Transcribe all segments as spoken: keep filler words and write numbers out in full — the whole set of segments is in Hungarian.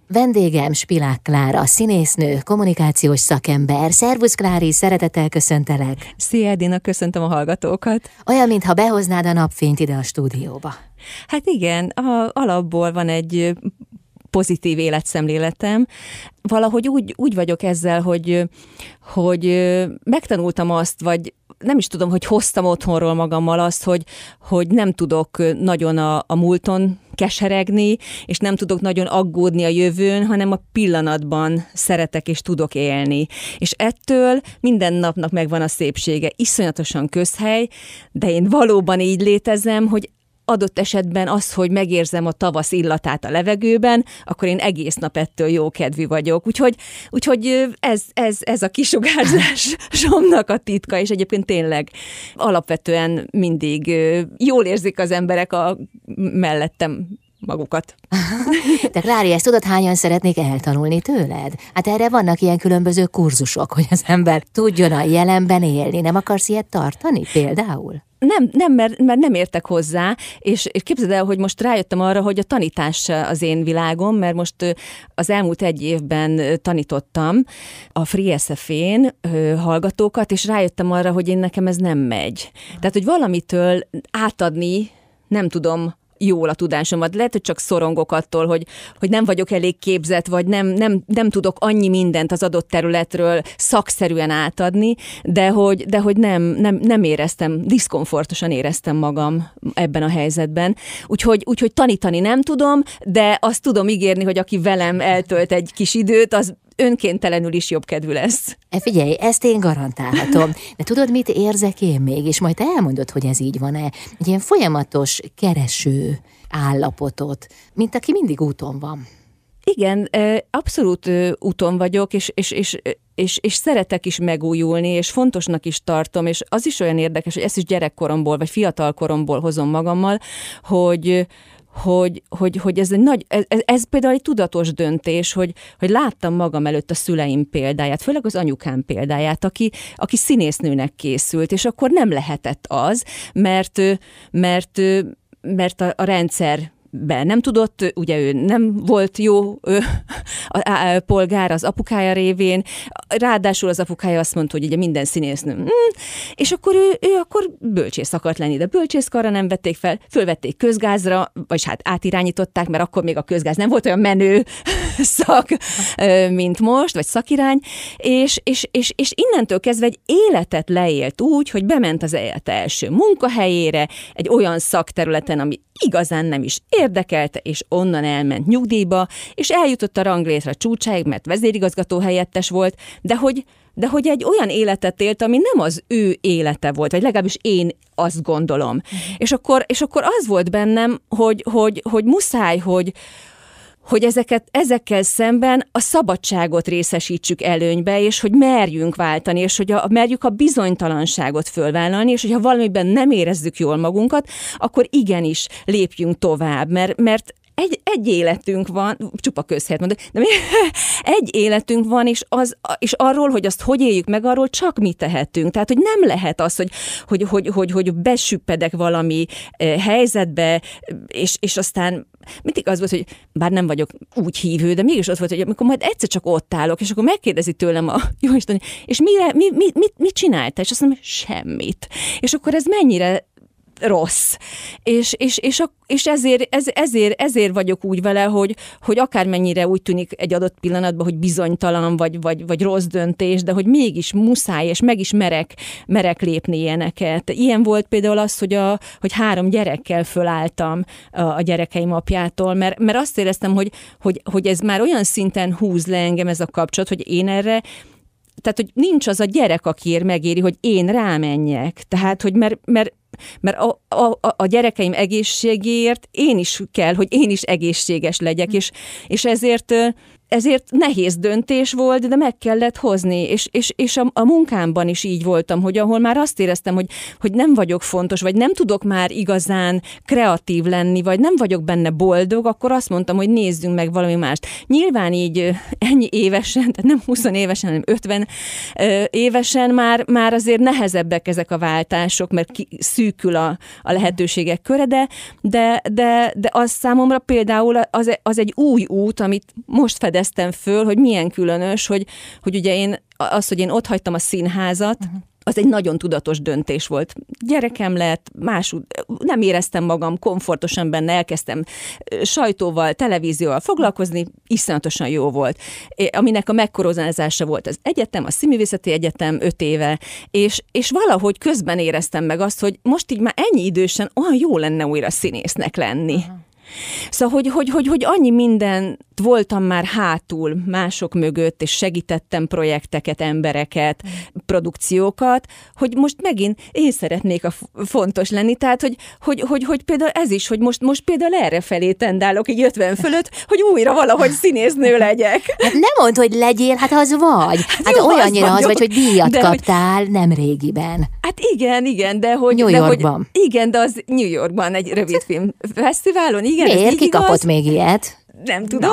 Vendégem Spilák Klára, színésznő, kommunikációs szakember. Szervusz Klári, szeretettel köszöntelek. Szia Edina, köszöntöm a hallgatókat. Olyan, mintha behoznád a napfényt ide a stúdióba. Hát igen, a, alapból van egy pozitív életszemléletem. Valahogy úgy, úgy vagyok ezzel, hogy, hogy megtanultam azt, vagy nem is tudom, hogy hoztam otthonról magammal azt, hogy, hogy nem tudok nagyon a, a múlton keseregni, és nem tudok nagyon aggódni a jövőn, hanem a pillanatban szeretek és tudok élni. És ettől minden napnak megvan a szépsége. Iszonyatosan közhely, de én valóban így létezem, hogy adott esetben az, hogy megérzem a tavasz illatát a levegőben, akkor én egész nap ettől jókedvű vagyok. Úgyhogy, úgyhogy ez, ez, ez a kisugárzásomnak a titka, és egyébként tényleg alapvetően mindig jól érzik az emberek a mellettem magukat. De Klári, ezt tudod, hányan szeretnék eltanulni tőled? Hát erre vannak ilyen különböző kurzusok, hogy az ember tudjon a jelenben élni. Nem akarsz ilyet tartani például? Nem, nem mert, mert nem értek hozzá, és, és képzeld el, hogy most rájöttem arra, hogy a tanítás az én világom, mert most az elmúlt egy évben tanítottam a Free es ef-én hallgatókat, és rájöttem arra, hogy én nekem ez nem megy. Tehát, hogy valamitől átadni, nem tudom jól a tudásomat. Lehet, hogy csak szorongok attól, hogy, hogy nem vagyok elég képzett, vagy nem, nem, nem tudok annyi mindent az adott területről szakszerűen átadni, de hogy, de hogy nem, nem, nem éreztem, diszkomfortosan éreztem magam ebben a helyzetben. Úgyhogy, úgyhogy tanítani nem tudom, de azt tudom ígérni, hogy aki velem eltölt egy kis időt, az önkéntelenül is jobbkedvű lesz. E figyelj, ezt én garantálhatom. De tudod, mit érzek én még? És majd te elmondod, hogy ez így van-e. Egy ilyen folyamatos kereső állapotot, mint aki mindig úton van. Igen, abszolút úton vagyok, és, és, és, és, és szeretek is megújulni, és fontosnak is tartom, és az is olyan érdekes, hogy ezt is gyerekkoromból, vagy fiatalkoromból hozom magammal, hogy Hogy, hogy, hogy ez egy nagy, ez, ez például egy tudatos döntés, hogy, hogy láttam magam előtt a szüleim példáját, főleg az anyukám példáját, aki, aki színésznőnek készült, és akkor nem lehetett az, mert, mert, mert a, a rendszer be nem tudott, ugye ő nem volt jó ő, a, a, a polgár az apukája révén, ráadásul az apukája azt mondta, hogy ugye minden színésznő, mm, és akkor ő, ő akkor bölcsész akart lenni, de bölcsészkarra nem vették fel, fölvették közgázra, vagy hát átirányították, mert akkor még a közgáz nem volt olyan menő szak, mint most, vagy szakirány, és, és, és, és innentől kezdve egy életet leélt úgy, hogy bement az élet első munkahelyére, egy olyan szakterületen, ami igazán nem is érdekelte, és onnan elment nyugdíjba, és eljutott a ranglétre csúcsáig, mert vezérigazgató helyettes volt, de hogy, de hogy egy olyan életet élt, ami nem az ő élete volt, vagy legalábbis én azt gondolom. Mm. És, akkor, és akkor az volt bennem, hogy, hogy, hogy muszáj, hogy hogy ezeket, ezekkel szemben a szabadságot részesítsük előnybe, és hogy merjünk váltani, és hogy a, merjük a bizonytalanságot fölvállalni, és hogyha valamiben nem érezzük jól magunkat, akkor igenis lépjünk tovább, mert, mert Egy, egy életünk van, csupa közhelyet mondok, de egy életünk van, és, az, és arról, hogy azt hogy éljük meg, arról csak mi tehetünk. Tehát, hogy nem lehet az, hogy, hogy, hogy, hogy, hogy besüppedek valami helyzetbe, és, és aztán mindig az volt, hogy bár nem vagyok úgy hívő, de mégis az volt, hogy amikor majd egyszer csak ott állok, és akkor megkérdezi tőlem a jóisten, és mire, mi, mi, mit, mit csináltál? És azt mondom, semmit. És akkor ez mennyire rossz. És, és, és, a, és ezért, ez, ezért, ezért vagyok úgy vele, hogy, hogy akármennyire úgy tűnik egy adott pillanatban, hogy bizonytalan vagy, vagy, vagy rossz döntés, de hogy mégis muszáj, és meg is merek, merek lépni ilyeneket. Ilyen volt például az, hogy, a, hogy három gyerekkel fölálltam a, a gyerekeim apjától, mert, mert azt éreztem, hogy, hogy, hogy ez már olyan szinten húz le engem ez a kapcsolat, hogy én erre tehát, hogy nincs az a gyerek, akiért megéri, hogy én rámenjek. Tehát, hogy mert, mert, mert a, a, a gyerekeim egészségéért én is kell, hogy én is egészséges legyek, és, és ezért, ezért nehéz döntés volt, de meg kellett hozni, és, és, és a, a munkámban is így voltam, hogy ahol már azt éreztem, hogy, hogy nem vagyok fontos, vagy nem tudok már igazán kreatív lenni, vagy nem vagyok benne boldog, akkor azt mondtam, hogy nézzünk meg valami mást. Nyilván így ennyi évesen, tehát nem húsz évesen, hanem ötven évesen már, már azért nehezebbek ezek a váltások, mert ki, szűkül a, a lehetőségek köre, de, de, de, de az számomra például az, az egy új út, amit most fedeztem föl, hogy milyen különös, hogy, hogy ugye én, az, hogy én ott hagytam a színházat, uh-huh. az egy nagyon tudatos döntés volt. Gyerekem lett, más, nem éreztem magam komfortosan benne, elkezdtem sajtóval, televízióval foglalkozni, iszonyatosan jó volt. Aminek a megkoronázása volt az egyetem, a Színművészeti Egyetem öt éve, és, és valahogy közben éreztem meg azt, hogy most így már ennyi idősen olyan jó lenne újra színésznek lenni. Uh-huh. Szóval, hogy, hogy, hogy, hogy annyi mindent voltam már hátul mások mögött, és segítettem projekteket, embereket, produkciókat, hogy most megint én szeretnék a fontos lenni. Tehát, hogy, hogy, hogy, hogy például ez is, hogy most, most például erre felé tendálok így ötven fölött, hogy újra valahogy színésznő legyek. Hát nem mondd, hogy legyél, hát az vagy. Hát jó, olyannyira az, az vagy, hogy díjat de kaptál hogy... nem régiben. Hát igen, igen, de hogy... New Yorkban. De hogy, igen, de az New Yorkban egy rövidfilmfesztiválon, igen. Miért? Ki kapott még ilyet? Nem tudom.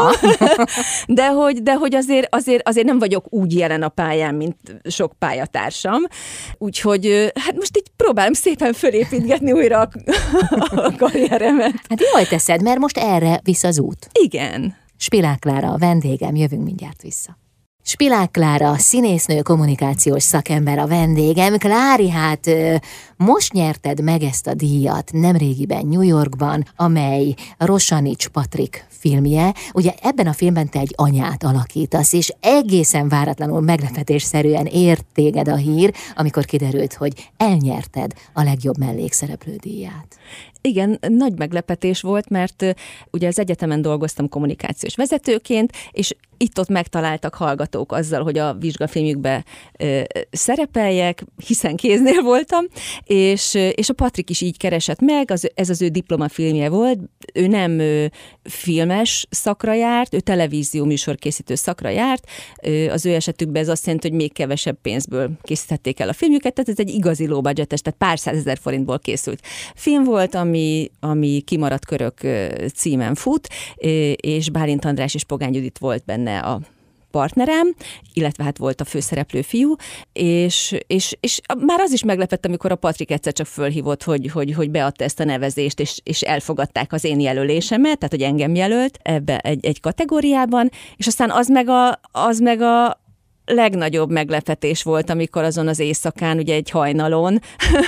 De hogy, de hogy azért, azért, azért nem vagyok úgy jelen a pályán, mint sok pályatársam. Úgyhogy hát most így próbálom szépen fölépítgetni újra a, a karrieremet. Hát jól teszed, mert most erre visz az út. Igen. Spilák Klára a vendégem, jövünk mindjárt vissza. Spilák Klára, színésznő, kommunikációs szakember a vendégem. Klári, hát most nyerted meg ezt a díjat nemrégiben New Yorkban, amely Rosanics Patrik filmje. Ugye ebben a filmben te egy anyát alakítasz, és egészen váratlanul meglepetésszerűen ért téged a hír, amikor kiderült, hogy elnyerted a legjobb mellékszereplő díját. Igen, nagy meglepetés volt, mert ugye az egyetemen dolgoztam kommunikációs vezetőként, és itt-ott megtaláltak hallgatók azzal, hogy a vizsgafilmjükbe ö, szerepeljek, hiszen kéznél voltam, és, és a Patrik is így keresett meg, az, ez az ő diplomafilmje volt, ő nem ö, filmes szakra járt, ő televízió műsorkészítő szakra járt, ö, az ő esetükben ez azt jelenti, hogy még kevesebb pénzből készítették el a filmjüket, tehát ez egy igazi low budgetes, tehát pár százezer forintból készült film volt, ami, ami Kimaradt körök címen fut, és Bálint András és Pogány Judit volt benne a partnerem, illetve hát volt a főszereplő fiú, és, és, és már az is meglepett, amikor a Patrik egyszer csak fölhívott, hogy, hogy, hogy beadta ezt a nevezést, és, és elfogadták az én jelölésemet, tehát hogy engem jelölt ebbe egy, egy kategóriában, és aztán az meg a, az meg a legnagyobb meglepetés volt, amikor azon az éjszakán, ugye egy hajnalon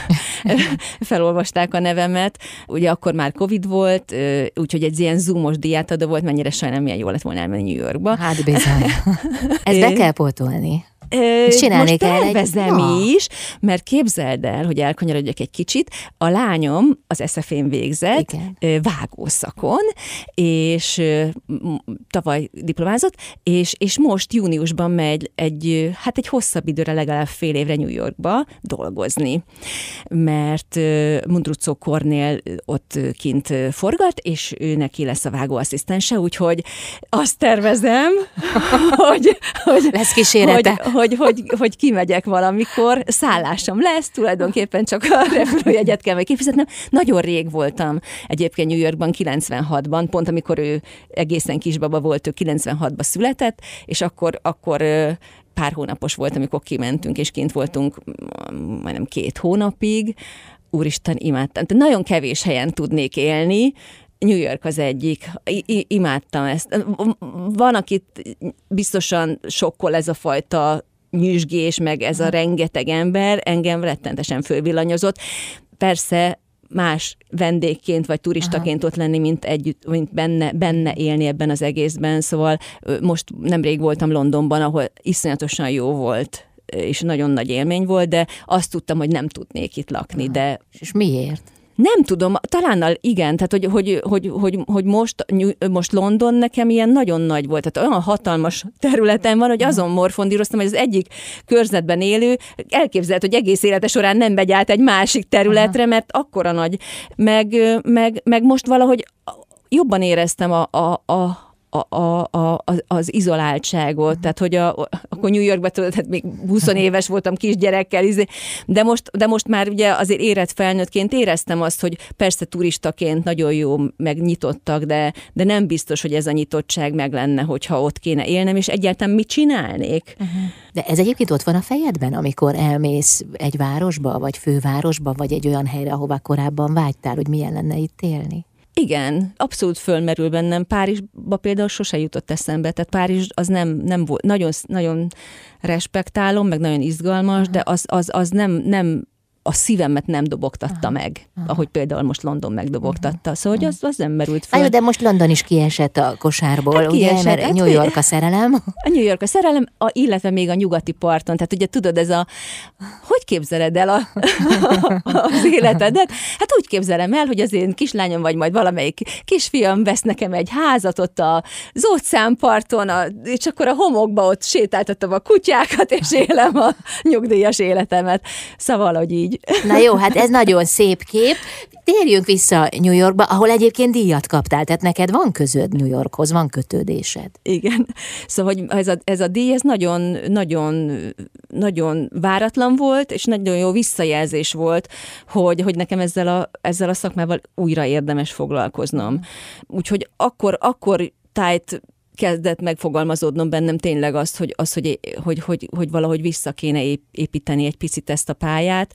felolvasták a nevemet. Ugye akkor már Covid volt, úgyhogy egy ilyen zoomos díjátadó volt, mennyire sajnálom, milyen jó lett volna elmenni New Yorkba. Hát bizony. Ezt be kell pótolni. Most tervezem egy... is, mert képzeld el, hogy elkanyarodjak egy kicsit, a lányom az es ef én végzett, igen, vágószakon, és tavaly diplomázott, és, és most júniusban megy egy, hát egy hosszabb időre, legalább fél évre New Yorkba dolgozni, mert Mundruczó Kornél ott kint forgat, és ő neki lesz a vágóasszisztense, úgyhogy azt tervezem, hogy, hogy lesz kísérete. Hogy, Hogy, hogy, hogy kimegyek valamikor, szállásom lesz, tulajdonképpen csak a repülőjegyet kell meg kifizetnem. Nagyon rég voltam egyébként New Yorkban, kilencvenhatban, pont amikor ő egészen kisbaba volt, ő kilencvenhatban született, és akkor, akkor pár hónapos volt, amikor kimentünk, és kint voltunk majdnem két hónapig. Úristen, imádtam. Tehát nagyon kevés helyen tudnék élni, New York az egyik. I- imádtam ezt. Van, akit biztosan sokkol ez a fajta nyüzsgés, meg ez a rengeteg ember, engem rettentesen fölvillanyozott. Persze más vendégként vagy turistaként ott lenni, mint együtt, mint benne, benne élni ebben az egészben. Szóval most nemrég voltam Londonban, ahol iszonyatosan jó volt, és nagyon nagy élmény volt, de azt tudtam, hogy nem tudnék itt lakni. De... És miért? Nem tudom, talán igen, tehát hogy, hogy, hogy, hogy, hogy most, most London nekem ilyen nagyon nagy volt, tehát olyan hatalmas területen van, hogy azon morfondíroztam, hogy az egyik körzetben élő elképzelhet, hogy egész élete során nem megy át egy másik területre, mert akkora nagy, meg, meg, meg most valahogy jobban éreztem a, a, a a, a, a, az izoláltságot, tehát hogy a, akkor New Yorkban tudod, tehát még húsz éves voltam kisgyerekkel, de most, de most már ugye azért érett felnőttként éreztem azt, hogy persze turistaként nagyon jó, megnyitottak, de, de nem biztos, hogy ez a nyitottság meg lenne, hogyha ott kéne élnem, és egyáltalán mit csinálnék. Uh-huh. De ez egyébként ott van a fejedben, amikor elmész egy városba, vagy fővárosba, vagy egy olyan helyre, ahová korábban vágytál, hogy milyen lenne itt élni? Igen, abszolút fölmerül bennem. Párizsba például sose jutott eszembe, tehát Párizs az nem, nem volt, nagyon, nagyon respektálom, meg nagyon izgalmas, de az, az, az nem, nem a szívemet nem dobogtatta aha, meg, aha. ahogy például most London megdobogtatta. Szóval, hogy az, az nem merült fel. Jó, de most London is kiesett a kosárból, hát ugye, kiesett, mert hát New York a szerelem. A New York a szerelem, a, illetve még a nyugati parton. Tehát ugye tudod, ez a, hogy képzeled el a, az életedet? Hát úgy képzelem el, hogy az én kislányom, vagy majd valamelyik kisfiam vesz nekem egy házat ott az óceánparton, a, és akkor a homokba ott sétáltatom a kutyákat, és élem a nyugdíjas életemet. Szóval, hogy így. Na jó, hát ez nagyon szép kép. Térjünk vissza New Yorkba, ahol egyébként díjat kaptál, tehát neked van közöd New Yorkhoz, van kötődésed. Igen. Szóval hogy ez, a, ez a díj, ez nagyon, nagyon, nagyon váratlan volt, és nagyon jó visszajelzés volt, hogy, hogy nekem ezzel a, ezzel a szakmával újra érdemes foglalkoznom. Úgyhogy akkor, akkor tájt kezdett megfogalmazódnom bennem tényleg azt, hogy, az, hogy, hogy, hogy, hogy valahogy vissza kéne építeni egy picit ezt a pályát.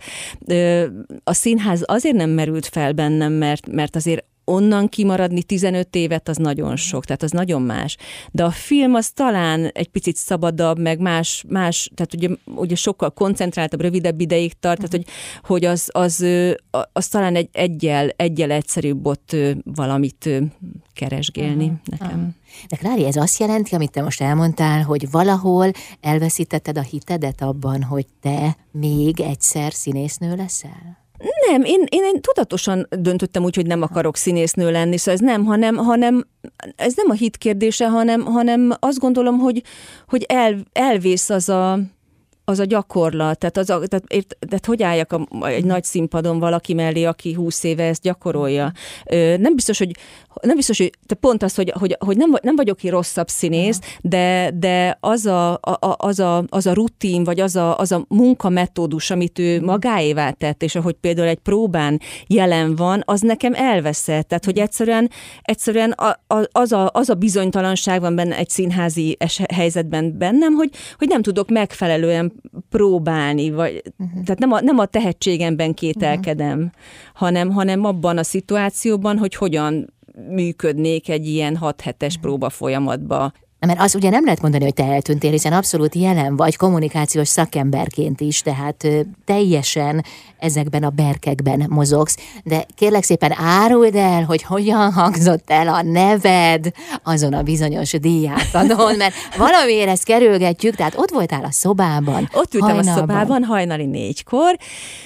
A színház azért nem merült fel bennem, mert, mert azért onnan kimaradni tizenöt évet, az nagyon sok, tehát az nagyon más. De a film az talán egy picit szabadabb, meg más, más tehát ugye, ugye sokkal koncentráltabb, rövidebb ideig tart, uh-huh. tehát hogy, hogy az, az, az, az talán egy egyel, egyel egyszerűbb ott valamit keresgélni uh-huh. nekem. Uh-huh. De Klári, ez azt jelenti, amit te most elmondtál, hogy valahol elveszítetted a hitedet abban, hogy te még egyszer színésznő leszel? Nem, én, én, én tudatosan döntöttem úgy, hogy nem akarok színésznő lenni, szóval ez nem, hanem, hanem ez nem a hit kérdése, hanem, hanem azt gondolom, hogy, hogy el, elvész az a, az a gyakorlat, tehát, az a, tehát, ért, tehát hogy álljak a, egy nagy színpadon valaki mellé, aki húsz éve ezt gyakorolja. Ö, nem biztos, hogy nem biztos, hogy te pont az, hogy, hogy, hogy nem, nem vagyok ki rosszabb színész, de, de az, a, a, az, a, az a rutin, vagy az a, az a munkametódus, amit ő magáévá tett, és ahogy például egy próbán jelen van, az nekem elveszett. Tehát, hogy egyszerűen, egyszerűen a, a, az, a, az a bizonytalanság van benne egy színházi helyzetben bennem, hogy, hogy nem tudok megfelelően próbálni, vagy, uh-huh. tehát nem a, nem a tehetségemben kételkedem, uh-huh. hanem, hanem abban a szituációban, hogy hogyan működnék egy ilyen hat hetes próba folyamatba. Mert azt ugye nem lehet mondani, hogy te eltűntél, hiszen abszolút jelen vagy kommunikációs szakemberként is, tehát teljesen ezekben a berkekben mozogsz, de kérlek szépen áruld el, hogy hogyan hangzott el a neved azon a bizonyos díjátadón, mert valamiért ezt kerülgetjük, tehát ott voltál a szobában. Ott ültem hajnalban. a szobában hajnali négykor,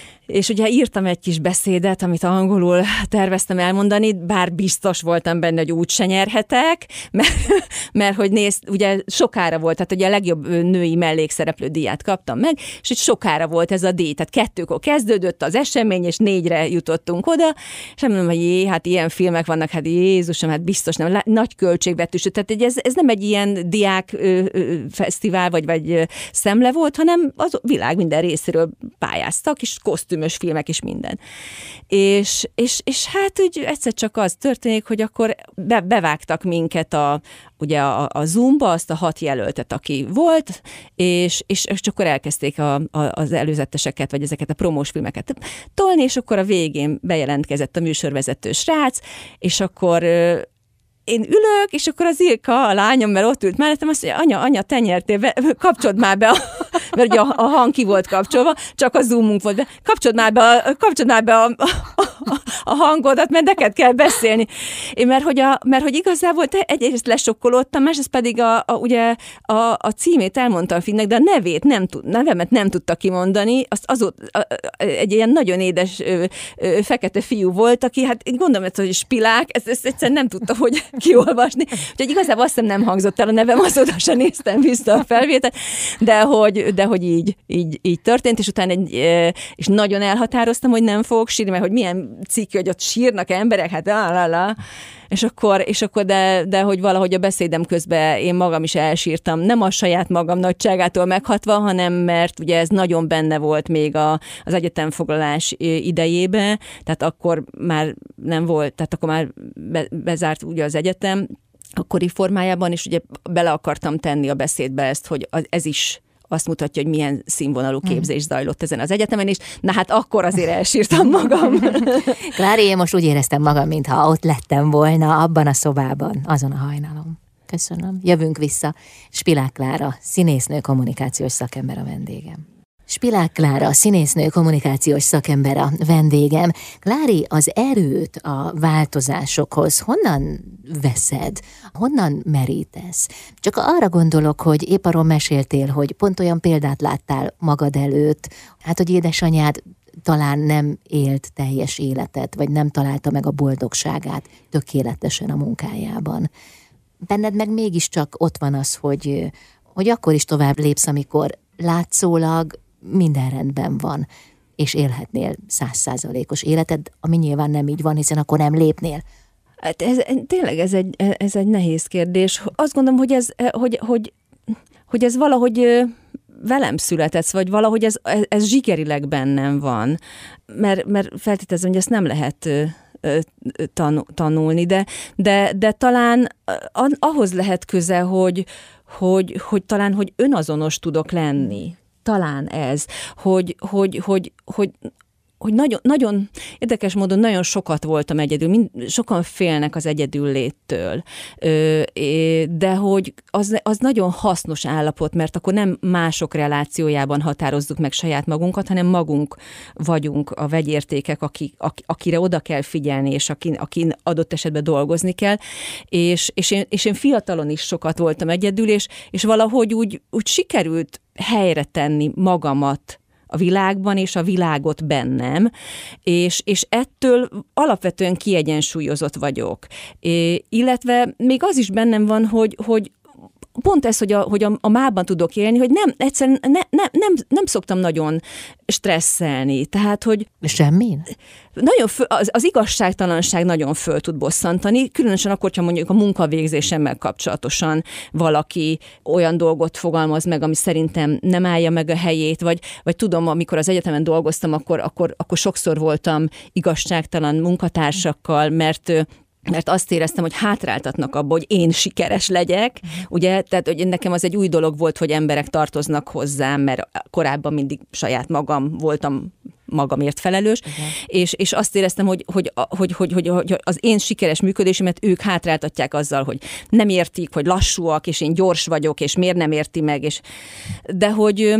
és ugye írtam egy kis beszédet, amit angolul terveztem elmondani, bár biztos voltam benne, hogy úgy se nyerhetek, mert, mert hogy nézd, ugye sokára volt, tehát ugye a legjobb női mellékszereplő díját kaptam meg, és itt sokára volt ez a díj, tehát kettőkor kezdődött az esemény, és négyre jutottunk oda, és nem mondom, hogy jé, hát ilyen filmek vannak, hát Jézusom, hát biztos nem, nagy költségvetésű, tehát ez, ez nem egy ilyen diák ö, ö, fesztivál, vagy, vagy szemle volt, hanem az világ minden részéről pályáztak, és kosztüm filmek is minden. És, és, és hát úgy egyszer csak az történik, hogy akkor be, bevágtak minket a, ugye a, a Zoomba, azt a hat jelöltet, aki volt, és, és, és akkor elkezdték a, a, az előzeteseket, vagy ezeket a promós filmeket tolni, és akkor a végén bejelentkezett a műsorvezető srác, és akkor én ülök, és akkor az Ilka, a lányom, mert ott ült mellettem, azt mondja, anya, anya, te nyertél, be, kapcsold már be, a, mert ugye a, a hang ki volt kapcsolva, csak a Zoomunk volt be, kapcsold már be, a, kapcsold már be a, a, a, a hangodat, mert neked kell beszélni. Én, mert, hogy a, mert hogy igazából te egyrészt lesokkolódtam, másrészt pedig a, a, ugye a, a címét elmondtam a filmnek, de a nevét nem tud, nevemet nem tudta kimondani, azt azóta egy ilyen nagyon édes ö, ö, fekete fiú volt, aki hát én gondolom, hogy Spilák, ezt, ezt egyszerűen nem tudta, hogy kiolvasni. Úgyhogy igazából azt hiszem nem hangzott el a nevem, azóta sem néztem vissza a felvételt, de hogy, hogy, de hogy így, így, így történt, és utána egy, és nagyon elhatároztam, hogy nem fogok sírni, mert hogy milyen cikk, hogy ott sírnak emberek, hát la és akkor, és akkor de, de hogy valahogy a beszédem közben én magam is elsírtam, nem a saját magam nagyságától meghatva, hanem mert ugye ez nagyon benne volt még a, az egyetemfoglalás idejébe, tehát akkor már nem volt, tehát akkor már be, bezárt ugye az egyetem, akkori formájában, és ugye bele akartam tenni a beszédbe ezt, hogy ez is azt mutatja, hogy milyen színvonalú képzés zajlott ezen az egyetemen, és na hát akkor azért elsírtam magam. Klári, én most úgy éreztem magam, mintha ott lettem volna abban a szobában, azon a hajnalon. Köszönöm. Jövünk vissza. Spilák Klára, színésznő, kommunikációs szakember a vendégem. Spilák Klára, színésznő, kommunikációs szakember a vendégem. Klári, az erőt a változásokhoz honnan veszed? Honnan merítesz? Csak arra gondolok, hogy épp arról meséltél, hogy pont olyan példát láttál magad előtt, hát, hogy édesanyád talán nem élt teljes életet, vagy nem találta meg a boldogságát tökéletesen a munkájában. Benned meg mégiscsak ott van az, hogy, hogy akkor is tovább lépsz, amikor látszólag minden rendben van, és élhetnél száz százalékos életed, ami nyilván nem így van, hiszen akkor nem lépnél. Hát ez, tényleg ez egy, ez egy nehéz kérdés. Azt gondolom, hogy ez, hogy, hogy, hogy ez valahogy velem született, vagy valahogy ez, ez zsigerileg bennem van, mert, mert feltételezem, hogy ezt nem lehet tanulni, de, de, de talán ahhoz lehet köze, hogy, hogy, hogy talán, hogy önazonos tudok lenni. Talán ez, hogy, hogy, hogy, hogy, hogy nagyon, nagyon érdekes módon nagyon sokat voltam egyedül, mind, sokan félnek az egyedül léttől, de hogy az, az nagyon hasznos állapot, mert akkor nem mások relációjában határozzuk meg saját magunkat, hanem magunk vagyunk a vegyértékek, aki, akire oda kell figyelni, és akin, akin adott esetben dolgozni kell, és, és, én, és én fiatalon is sokat voltam egyedül, és, és valahogy úgy, úgy sikerült helyre tenni magamat a világban, és a világot bennem, és, és ettől alapvetően kiegyensúlyozott vagyok. É, illetve még az is bennem van, hogy, hogy pont ez, hogy a, hogy a, a mában tudok élni, hogy nem, egyszerűen ne, ne, nem, nem szoktam nagyon stresszelni. Tehát, hogy... Semmin? Nagyon föl, az, az igazságtalanság nagyon föl tud bosszantani, különösen akkor, ha mondjuk a munkavégzésemmel kapcsolatosan valaki olyan dolgot fogalmaz meg, ami szerintem nem állja meg a helyét, vagy, vagy tudom, amikor az egyetemen dolgoztam, akkor, akkor, akkor sokszor voltam igazságtalan munkatársakkal, mert mert azt éreztem, hogy hátráltatnak abba, hogy én sikeres legyek, ugye, tehát hogy nekem az egy új dolog volt, hogy emberek tartoznak hozzám, mert korábban mindig saját magam voltam magamért felelős, és, és azt éreztem, hogy, hogy, hogy, hogy, hogy, hogy az én sikeres működésemet ők hátráltatják azzal, hogy nem értik, hogy lassúak, és én gyors vagyok, és miért nem érti meg, és de hogy,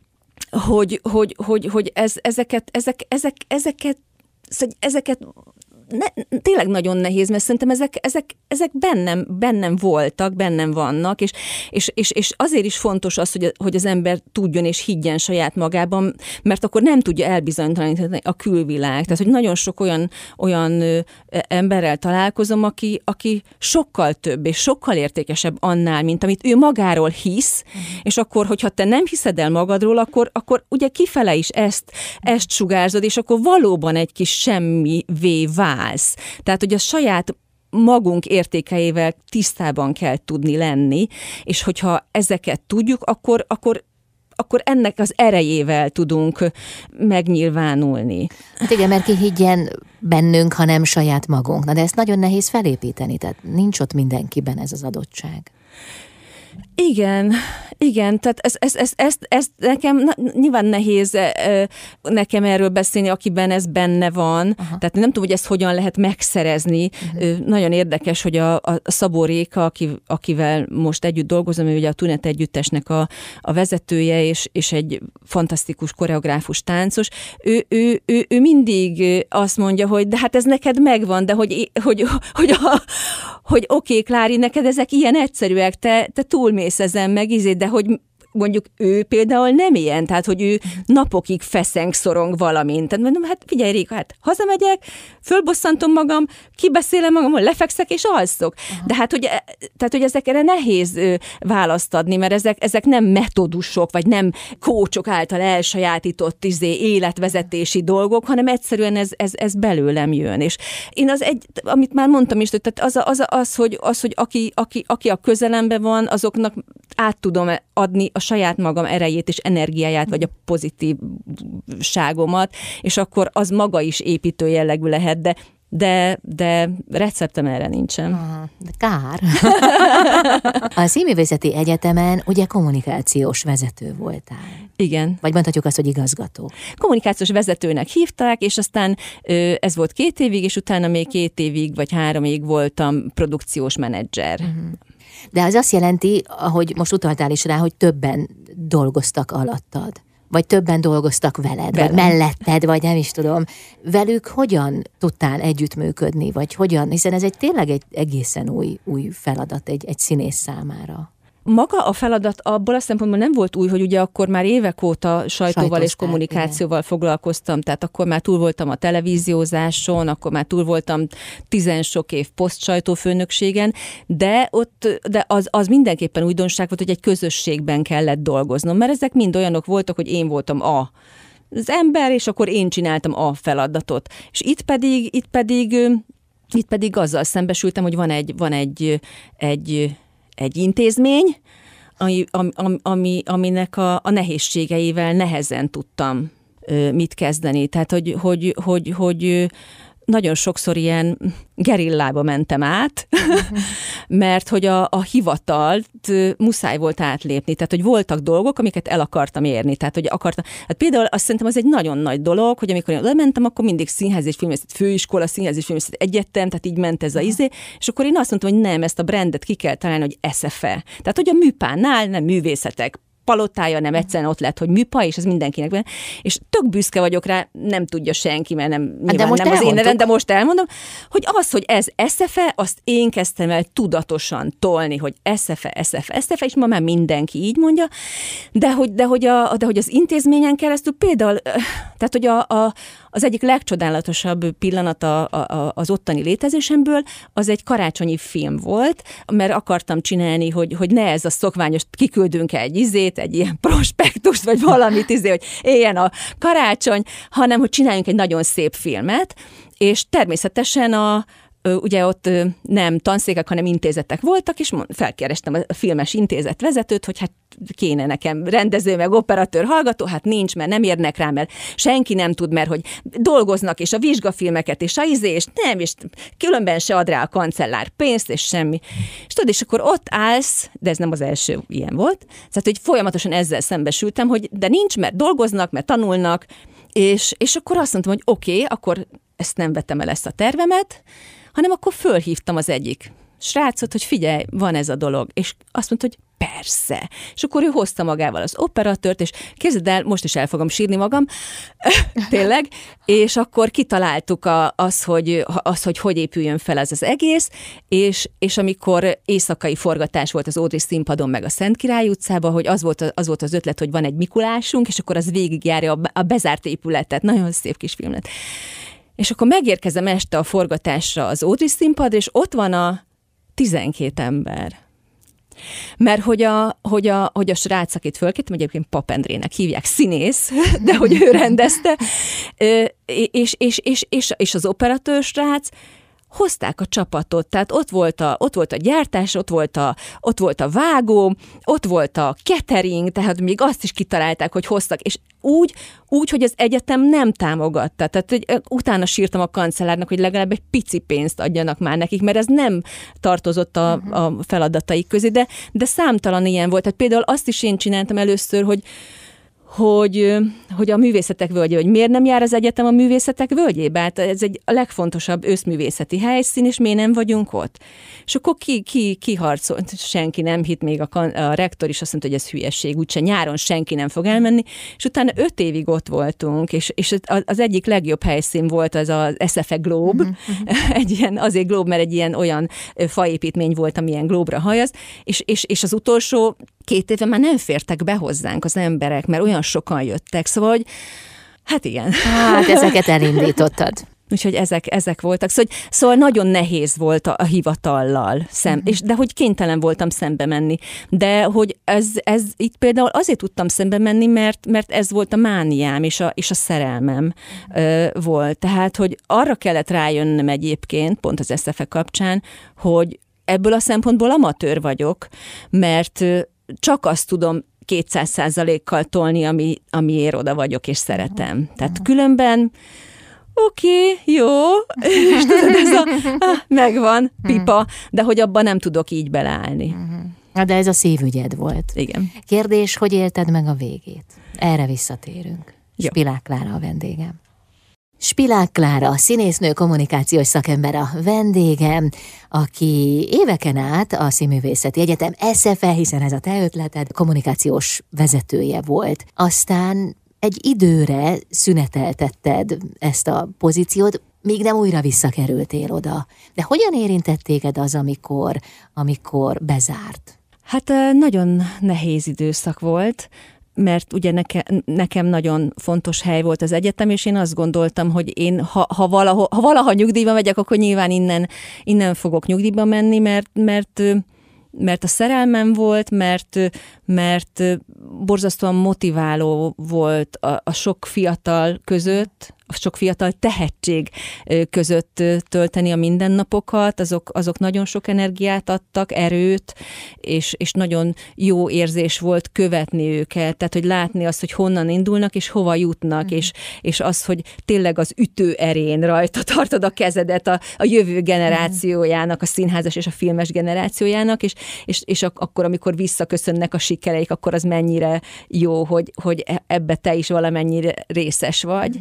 hogy, hogy, hogy, hogy ez, ezeket, ezek, ezek, ezeket, ezeket Ne, tényleg nagyon nehéz, mert szerintem ezek, ezek, ezek bennem, bennem voltak, bennem vannak, és, és, és, és azért is fontos az, hogy, hogy az ember tudjon és higgyen saját magában, mert akkor nem tudja elbizonytalanítani a külvilág. Tehát, hogy nagyon sok olyan, olyan emberrel találkozom, aki, aki sokkal több és sokkal értékesebb annál, mint amit ő magáról hisz, uh-huh. és akkor, hogyha te nem hiszed el magadról, akkor, akkor ugye kifele is ezt, ezt sugárzod, és akkor valóban egy kis semmivé vál. Tehát, hogy a saját magunk értékeivel tisztában kell tudni lenni, és hogyha ezeket tudjuk, akkor, akkor, akkor ennek az erejével tudunk megnyilvánulni. Hát igen, mert ki higgyen bennünk, hanem saját magunk. Na de ezt nagyon nehéz felépíteni, tehát nincs ott mindenkiben ez az adottság. Igen, igen, tehát ez, ez, ez, ez, ez nekem na, nyilván nehéz nekem erről beszélni, akiben ez benne van, aha. Tehát nem tudom, hogy ezt hogyan lehet megszerezni. Uh-huh. Nagyon érdekes, hogy a, a Szabó Réka, aki, akivel most együtt dolgozom, ő ugye a Tünet Együttesnek a, a vezetője, és, és egy fantasztikus koreográfus, táncos, ő, ő, ő, ő mindig azt mondja, hogy de hát ez neked megvan, de hogy, hogy, hogy, hogy, hogy oké, okay, Klári, neked ezek ilyen egyszerűek, te, te túlmész ezen meg, de hogy mondjuk ő például nem ilyen, tehát, hogy ő napokig feszeng, szorong valamint. Tehát mondom, hát figyelj, Réka, hát hazamegyek, fölbosszantom magam, kibeszélem magam, lefekszek és alszok. Aha. De hát, hogy, tehát, hogy ezekre nehéz választ adni, mert ezek, ezek nem metódusok, vagy nem kócsok által elsajátított izé, életvezetési dolgok, hanem egyszerűen ez, ez, ez belőlem jön. És én az egy, amit már mondtam is, tehát az, az, az, hogy, az, hogy aki, aki, aki a közelemben van, azoknak át tudom adni a saját magam erejét és energiáját, vagy a pozitívságomat, és akkor az maga is építő jellegű lehet, de De, de receptem erre nincsen. Aha, de kár. A Színművészeti Egyetemen ugye kommunikációs vezető voltál. Igen. Vagy mondhatjuk azt, hogy igazgató. Kommunikációs vezetőnek hívták, és aztán ez volt két évig, és utána még két évig, vagy három évig voltam produkciós menedzser. Uh-huh. De az azt jelenti, ahogy most utaltál is rá, hogy többen dolgoztak alattad. Vagy többen dolgoztak veled, Velem. vagy melletted, vagy nem is tudom. Velük hogyan tudtál együttműködni, vagy hogyan, hiszen ez egy tényleg egy egészen új, új feladat egy, egy színész számára. Maga a feladat abból a szempontból nem volt új, hogy ugye akkor már évek óta sajtóval és kommunikációval igen. foglalkoztam, tehát akkor már túl voltam a televíziózáson, akkor már túl voltam tizensok év posztsajtófőnökségen, de ott de az, az mindenképpen újdonság volt, hogy egy közösségben kellett dolgoznom, mert ezek mind olyanok voltak, hogy én voltam a az ember, és akkor én csináltam a feladatot. És itt pedig, itt pedig, itt pedig azzal szembesültem, hogy van egy, van egy, egy egy intézmény, ami, ami, ami, aminek a, a nehézségeivel nehezen tudtam ö, mit kezdeni. Tehát, hogy, hogy, hogy, hogy nagyon sokszor ilyen gerillába mentem át, mert hogy a, a hivatalt muszáj volt átlépni. Tehát, hogy voltak dolgok, amiket el akartam érni. Tehát, hogy akartam. Hát például azt szerintem az egy nagyon nagy dolog, hogy amikor én oda mentem, akkor mindig színház és filmészet főiskola, színház és filmészet egyetem, tehát így ment ez a izé, és akkor én azt mondtam, hogy nem, ezt a brandet ki kell találni, hogy es ef e. Tehát, hogy a műpánál nem művészetek palotája, nem egyszerűen ott lett, hogy műpa, és ez mindenkinek benne. És tök büszke vagyok rá, nem tudja senki, mert nem, nyilván nem az én nevem, de most elmondom, hogy az, hogy ez es ef e, azt én kezdtem el tudatosan tolni, hogy es ef e, es ef e, es ef e, és ma már mindenki így mondja, de hogy, de hogy, a, de hogy az intézményen keresztül például, tehát hogy a, a, az egyik legcsodálatosabb pillanat a, a, az ottani létezésemből, az egy karácsonyi film volt, mert akartam csinálni, hogy, hogy ne ez a szokványos, kiküldünk egy izét, egy ilyen prospektust, vagy valamit izé, hogy éljen a karácsony, hanem hogy csináljunk egy nagyon szép filmet, és természetesen a ugye ott nem tanszékek, hanem intézetek voltak, és felkerestem a filmes intézet vezetőt, hogy hát kéne nekem rendező, meg operatőr, hallgató, hát nincs, mert nem érnek rá, mert senki nem tud, mert hogy dolgoznak, és a vizsgafilmeket, és a izé, és nem, és különben se ad rá a kancellár pénzt, és semmi. És tudod, és akkor ott állsz, de ez nem az első ilyen volt, tehát, hogy folyamatosan ezzel szembesültem, hogy de nincs, mert dolgoznak, mert tanulnak, és, és akkor azt mondtam, hogy oké, okay, akkor ezt nem vettem el, ezt a tervemet, hanem akkor fölhívtam az egyik srácot, hogy figyelj, van ez a dolog, és azt mondta, hogy persze. És akkor ő hozta magával az operatőrt, és képzeld el, most is el fogom sírni magam, tényleg, és akkor kitaláltuk a, az, hogy, az, hogy hogy épüljön fel ez az egész, és, és amikor éjszakai forgatás volt az Ódri színpadon meg a Szentkirály utcában, hogy az volt, az volt az ötlet, hogy van egy Mikulásunk, és akkor az végigjárja a, a bezárt épületet. Nagyon szép kis film lett. És akkor megérkezem este a forgatásra az Ódri színpadra, és ott van a tizenkét ember. Mert hogy a, hogy a, hogy a srác, akit fölkértem, egyébként Pap Endrének hívják, színész, de hogy ő rendezte, és, és, és, és, és az operatőr srác, hozták a csapatot, tehát ott volt a, ott volt a gyártás, ott volt a, ott volt a vágó, ott volt a catering, tehát még azt is kitalálták, hogy hoztak, és úgy, úgy, hogy az egyetem nem támogatta. Tehát hogy utána sírtam a kancellárnak, hogy legalább egy pici pénzt adjanak már nekik, mert ez nem tartozott a, a feladataik közé, de, de számtalan ilyen volt. Tehát például azt is én csináltam először, hogy hogy, hogy a művészetek völgye, hogy miért nem jár az egyetem a művészetek völgyébe? Hát ez egy a legfontosabb őszművészeti helyszín, és miért nem vagyunk ott? És akkor ki, ki, ki harcolt? Senki nem hitt, még a, a rektor is azt mondta, hogy ez hülyeség, úgyse nyáron senki nem fog elmenni, és utána öt évig ott voltunk, és, és az egyik legjobb helyszín volt az az es ef e Globe, uh-huh. egy ilyen, azért Globe, mert egy ilyen olyan faépítmény volt, ami ilyen Globe-ra hajaz, és, és, és az utolsó két éve már nem fértek be hozzánk az emberek, mert olyan sokan jöttek, szóval, hogy hát igen. Hát ezeket elindítottad. Úgyhogy ezek, ezek voltak. Szóval, szóval nagyon nehéz volt a, a hivatallal, szem, uh-huh. és, de hogy kénytelen voltam szembe menni. De hogy ez, ez itt például azért tudtam szembe menni, mert, mert ez volt a mániám, és a, és a szerelmem uh, volt. Tehát, hogy arra kellett rájönnöm egyébként, pont az es ef e kapcsán, hogy ebből a szempontból amatőr vagyok, mert csak azt tudom kétszáz százalékkal tolni, ami, amiért oda vagyok, és szeretem. Uh-huh. Tehát különben oké, okay, jó, és tudod, ez a, ah, megvan, pipa, de hogy abban nem tudok így beleállni. Uh-huh. De ez a szívügyed volt. Igen. Kérdés, hogy élted meg a végét? Erre visszatérünk. Jó. Spilák Klára a vendégem. Spilák Klára, színésznő, kommunikációs szakember a vendégem, aki éveken át a Színművészeti Egyetem es ef e, hiszen ez a te ötleted, kommunikációs vezetője volt. Aztán egy időre szüneteltetted ezt a pozíciót, míg nem újra visszakerültél oda. De hogyan érintett téged az, amikor, amikor bezárt? Hát nagyon nehéz időszak volt, mert ugye neke, nekem nagyon fontos hely volt az egyetem, és én azt gondoltam, hogy én, ha, ha, valaha, ha valaha nyugdíjba megyek, akkor nyilván innen, innen fogok nyugdíjba menni, mert, mert, mert a szerelmem volt, mert, mert borzasztóan motiváló volt a, a sok fiatal között, a sok fiatal tehetség között tölteni a mindennapokat, azok, azok nagyon sok energiát adtak, erőt, és, és nagyon jó érzés volt követni őket, tehát hogy látni azt, hogy honnan indulnak, és hova jutnak, mm. és, és az, hogy tényleg az ütőerén rajta tartod a kezedet a, a jövő generációjának, a színházas és a filmes generációjának, és, és, és akkor, amikor visszaköszönnek a sikereik, akkor az mennyire jó, hogy, hogy ebbe te is valamennyire részes vagy. Mm.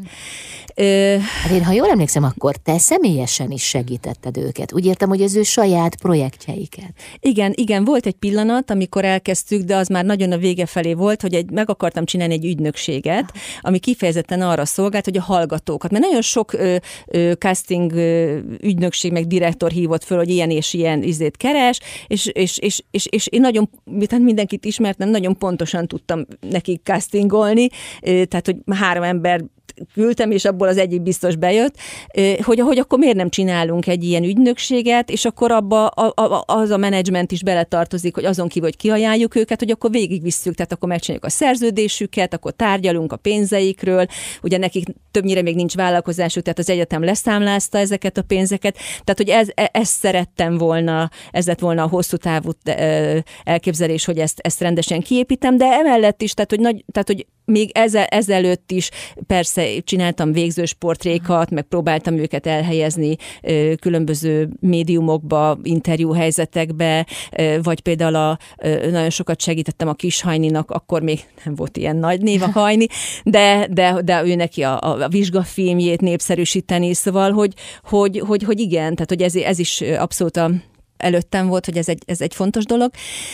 Ö... Hát én, ha jól emlékszem, akkor te személyesen is segítetted őket. Úgy értem, hogy az ő saját projektjeiket. Igen, igen, volt egy pillanat, amikor elkezdtük, de az már nagyon a vége felé volt, hogy egy, meg akartam csinálni egy ügynökséget, ami kifejezetten arra szolgált, hogy a hallgatókat, mert nagyon sok ö, ö, casting ö, ügynökség, meg direktor hívott föl, hogy ilyen és ilyen izét keres, és, és, és, és, és én nagyon, tehát mindenkit ismertem, nagyon pontosan tudtam nekik castingolni, ö, tehát, hogy három ember küldtem, és abból az egyik biztos bejött, hogy, hogy akkor miért nem csinálunk egy ilyen ügynökséget, és akkor abba a, a, az a menedzsment is beletartozik, hogy azon kívül, hogy kiajánljuk őket, hogy akkor végigvisszük, tehát akkor megcsináljuk a szerződésüket, akkor tárgyalunk a pénzeikről, ugye nekik többnyire még nincs vállalkozásuk, tehát az egyetem leszámlázta ezeket a pénzeket, tehát hogy ez, ezt szerettem volna, ez lett volna a hosszú távú elképzelés, hogy ezt, ezt rendesen kiépítem, de emellett is, tehát hogy, nagy, tehát, hogy még ezel, ezelőtt is persze csináltam végzős portrékat, meg próbáltam őket elhelyezni ö, különböző médiumokba, interjúhelyzetekbe, ö, vagy például a, ö, nagyon sokat segítettem a Kishajninak, akkor még nem volt ilyen nagy név a Hajni, de, de, de ő neki a, a vizsgafilmjét népszerűsíteni, szóval, hogy, hogy, hogy, hogy igen, tehát hogy ez, ez is abszolút a előttem volt, hogy ez egy, ez egy fontos dolog.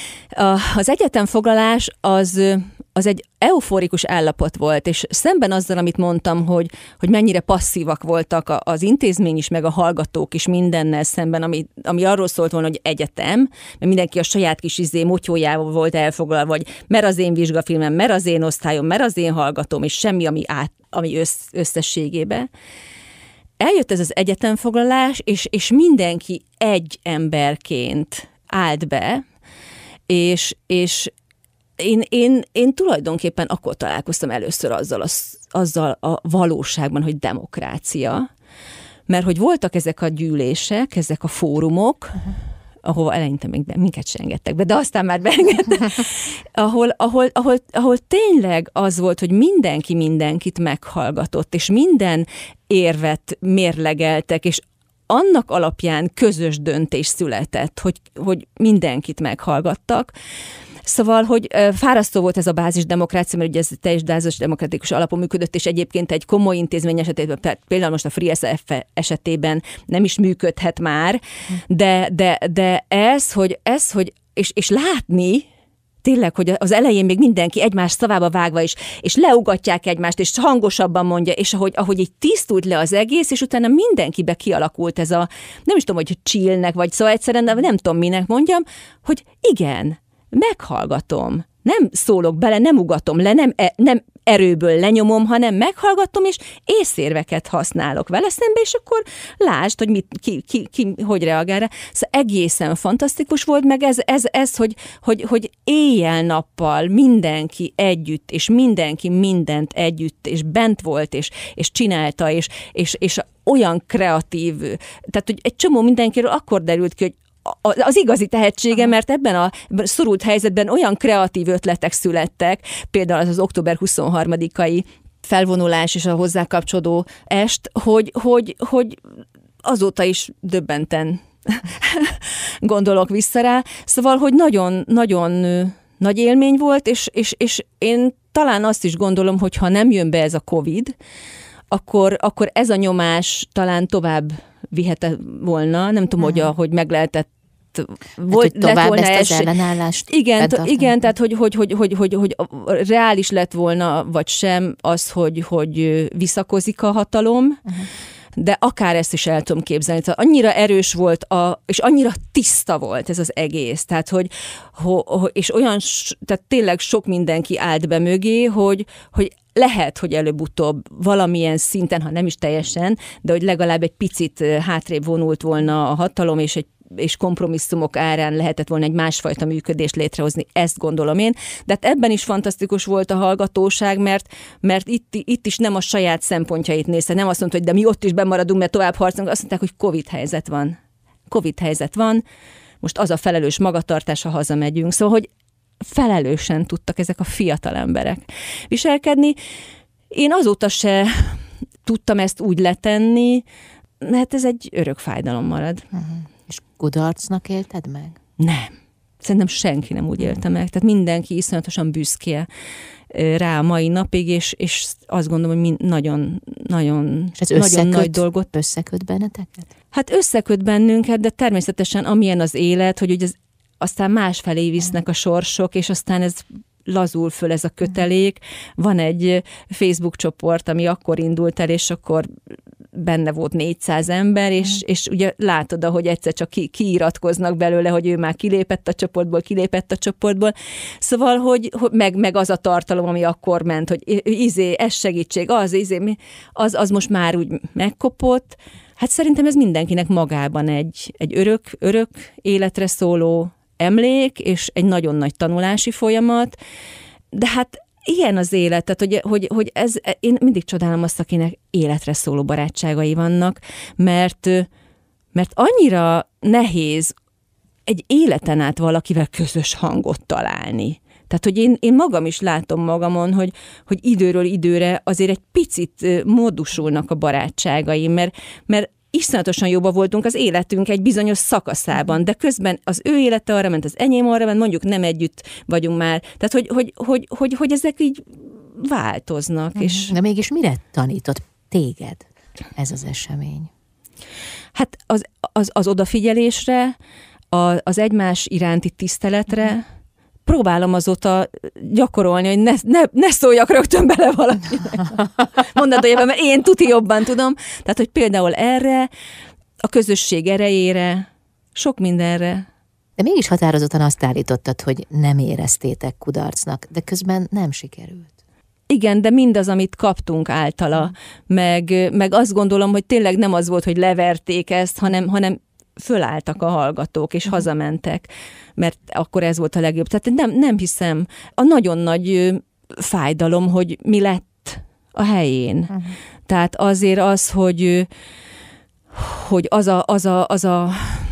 Az egyetemfoglalás az, az egy euforikus állapot volt, és szemben azzal, amit mondtam, hogy, hogy mennyire passzívak voltak az intézmény is, meg a hallgatók is mindennel szemben, ami, ami arról szólt volna, hogy egyetem, mert mindenki a saját kis izé motyójával volt elfoglalva, vagy mert az én vizsgafilmem, mert az én osztályom, mert az én hallgatóm, és semmi, ami, át, ami össz, összességében. Eljött ez az egyetemfoglalás, és, és mindenki egy emberként állt be, és, és én, én, én tulajdonképpen akkor találkoztam először azzal a, azzal a valóságban, hogy demokrácia, mert hogy voltak ezek a gyűlések, ezek a fórumok, uh-huh. ahova eleinte még be, minket se engedtek be, de aztán már beengedtek, ahol, ahol, ahol, ahol tényleg az volt, hogy mindenki mindenkit meghallgatott, és minden érvet mérlegeltek, és annak alapján közös döntés született, hogy, hogy mindenkit meghallgattak. Szóval, hogy fárasztó volt ez a bázisdemokrácia, mert ugye ez teljes bázisdemokratikus alapon működött, és egyébként egy komoly intézmény esetében, például most a Free es ef esetében nem is működhet már, de, de, de ez, hogy, ez, hogy és, és látni, tényleg, hogy az elején még mindenki egymás szavába vágva is, és leugatják egymást, és hangosabban mondja, és ahogy, ahogy így tisztult le az egész, és utána mindenkibe kialakult ez a, nem is tudom, hogy chillnek, vagy szóval egyszerűen, de nem tudom, minek mondjam, hogy igen, meghallgatom, nem szólok bele, nem ugatom le, nem, nem erőből lenyomom, hanem meghallgatom, és észérveket használok vele szembe, és akkor lásd, hogy mit, ki, ki, ki hogy reagál rá. Szóval egészen fantasztikus volt, meg ez, ez, ez hogy, hogy, hogy éjjel-nappal mindenki együtt, és mindenki mindent együtt, és bent volt, és, és csinálta, és, és, és olyan kreatív, tehát hogy egy csomó mindenkiről akkor derült ki, hogy az igazi tehetsége, mert ebben a szorult helyzetben olyan kreatív ötletek születtek, például az az október huszonharmadikai felvonulás és a hozzá kapcsolódó est, hogy, hogy, hogy azóta is döbbenten gondolok vissza rá. Szóval, hogy nagyon-nagyon nagy élmény volt, és, és, és én talán azt is gondolom, hogy ha nem jön be ez a Covid, akkor, akkor ez a nyomás talán tovább vihette volna, nem tudom, uh-huh. hogy, hogy meg lehetett volt, hát, lett volna ezt az ellenállást. Igen, t- igen, tehát hogy, hogy, hogy, hogy, hogy, hogy reális lett volna, vagy sem az, hogy, hogy visszakozik a hatalom, uh-huh. de akár ezt is el tudom képzelni. Tehát annyira erős volt, a, és annyira tiszta volt ez az egész. Tehát, hogy, ho, és olyan, tehát tényleg sok mindenki állt be mögé, hogy, hogy lehet, hogy előbb-utóbb valamilyen szinten, ha nem is teljesen, de hogy legalább egy picit hátrébb vonult volna a hatalom, és egy és kompromisszumok árán lehetett volna egy másfajta működést létrehozni, ezt gondolom én. De hát ebben is fantasztikus volt a hallgatóság, mert, mert itt, itt is nem a saját szempontjait nézte, nem azt mondta, hogy de mi ott is bemaradunk, mert tovább harcolunk, azt mondták, hogy Covid helyzet van. Covid helyzet van, most az a felelős magatartás, ha hazamegyünk. Szóval, hogy felelősen tudtak ezek a fiatal emberek viselkedni. Én azóta se tudtam ezt úgy letenni, mert ez egy örök fájdalom marad. Uh-huh. És kudarcnak élted meg? Nem. Szerintem senki nem úgy élte meg. Tehát mindenki iszonyatosan büszke rá a mai napig, és, és azt gondolom, hogy nagyon, nagyon, és ez nagyon összeköt, nagy dolgot. Összeköt benneteket? Hát összeköt bennünket, de természetesen amilyen az élet, hogy ugye az, aztán másfelé visznek a sorsok, és aztán ez lazul föl ez a kötelék. Van egy Facebook csoport, ami akkor indult el, és akkor benne volt négyszáz ember, és, és ugye látod, ahogy egyszer csak ki, kiiratkoznak belőle, hogy ő már kilépett a csoportból, kilépett a csoportból. Szóval, hogy, hogy meg, meg az a tartalom, ami akkor ment, hogy izé, ez segítség, az, izé, az, az most már úgy megkopott. Hát szerintem ez mindenkinek magában egy, egy örök, örök életre szóló emlék, és egy nagyon nagy tanulási folyamat, de hát ilyen az élet, tehát hogy, hogy, hogy ez, én mindig csodálom azt, akinek életre szóló barátságai vannak, mert, mert annyira nehéz egy életen át valakivel közös hangot találni. Tehát, hogy én, én magam is látom magamon, hogy, hogy időről időre azért egy picit módosulnak a barátságaim, mert, mert iszonyatosan jobban voltunk az életünk egy bizonyos szakaszában, de közben az ő élete arra ment, az enyém arra ment, mondjuk nem együtt vagyunk már. Tehát, hogy, hogy, hogy, hogy, hogy ezek így változnak. Mm. És... De mégis mire tanított téged ez az esemény? Hát az, az, az odafigyelésre, a, az egymás iránti tiszteletre, mm. próbálom azóta gyakorolni, hogy ne, ne, ne szóljak rögtön bele valakinek. Mondatójában, mert én tuti jobban tudom. Tehát, hogy például erre, a közösség erejére, sok mindenre. De mégis határozottan azt állítottad, hogy nem éreztétek kudarcnak, de közben nem sikerült. Igen, de mindaz, amit kaptunk általa, meg, meg azt gondolom, hogy tényleg nem az volt, hogy leverték ezt, hanem, hanem fölálltak a hallgatók, és uh-huh. hazamentek, mert akkor ez volt a legjobb. Tehát nem, nem hiszem, a nagyon nagy fájdalom, hogy mi lett a helyén. Uh-huh. Tehát azért az, hogy, hogy az a, az a, az a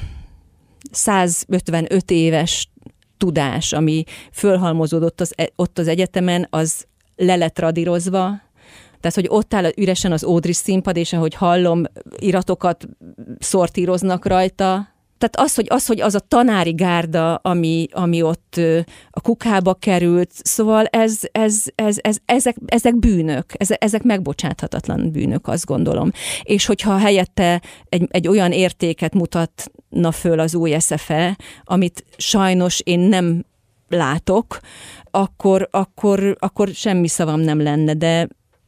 százötvenöt éves tudás, ami fölhalmozódott az, ott az egyetemen, az le lett radírozva. Tehát, hogy ott áll üresen az Audrey színpad, és ahogy hallom, iratokat szortíroznak rajta, tehát az, hogy az, hogy az a tanári gárda, ami, ami ott a kukába került, szóval ez, ez, ez, ez, ezek, ezek bűnök, ezek, ezek megbocsáthatatlan bűnök, azt gondolom. És hogyha helyette egy, egy olyan értéket mutatna föl az új es ef e, amit sajnos én nem látok, akkor, akkor, akkor semmi szavam nem lenne, de...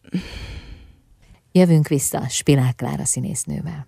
Jövünk vissza Spilák Klára színésznővel.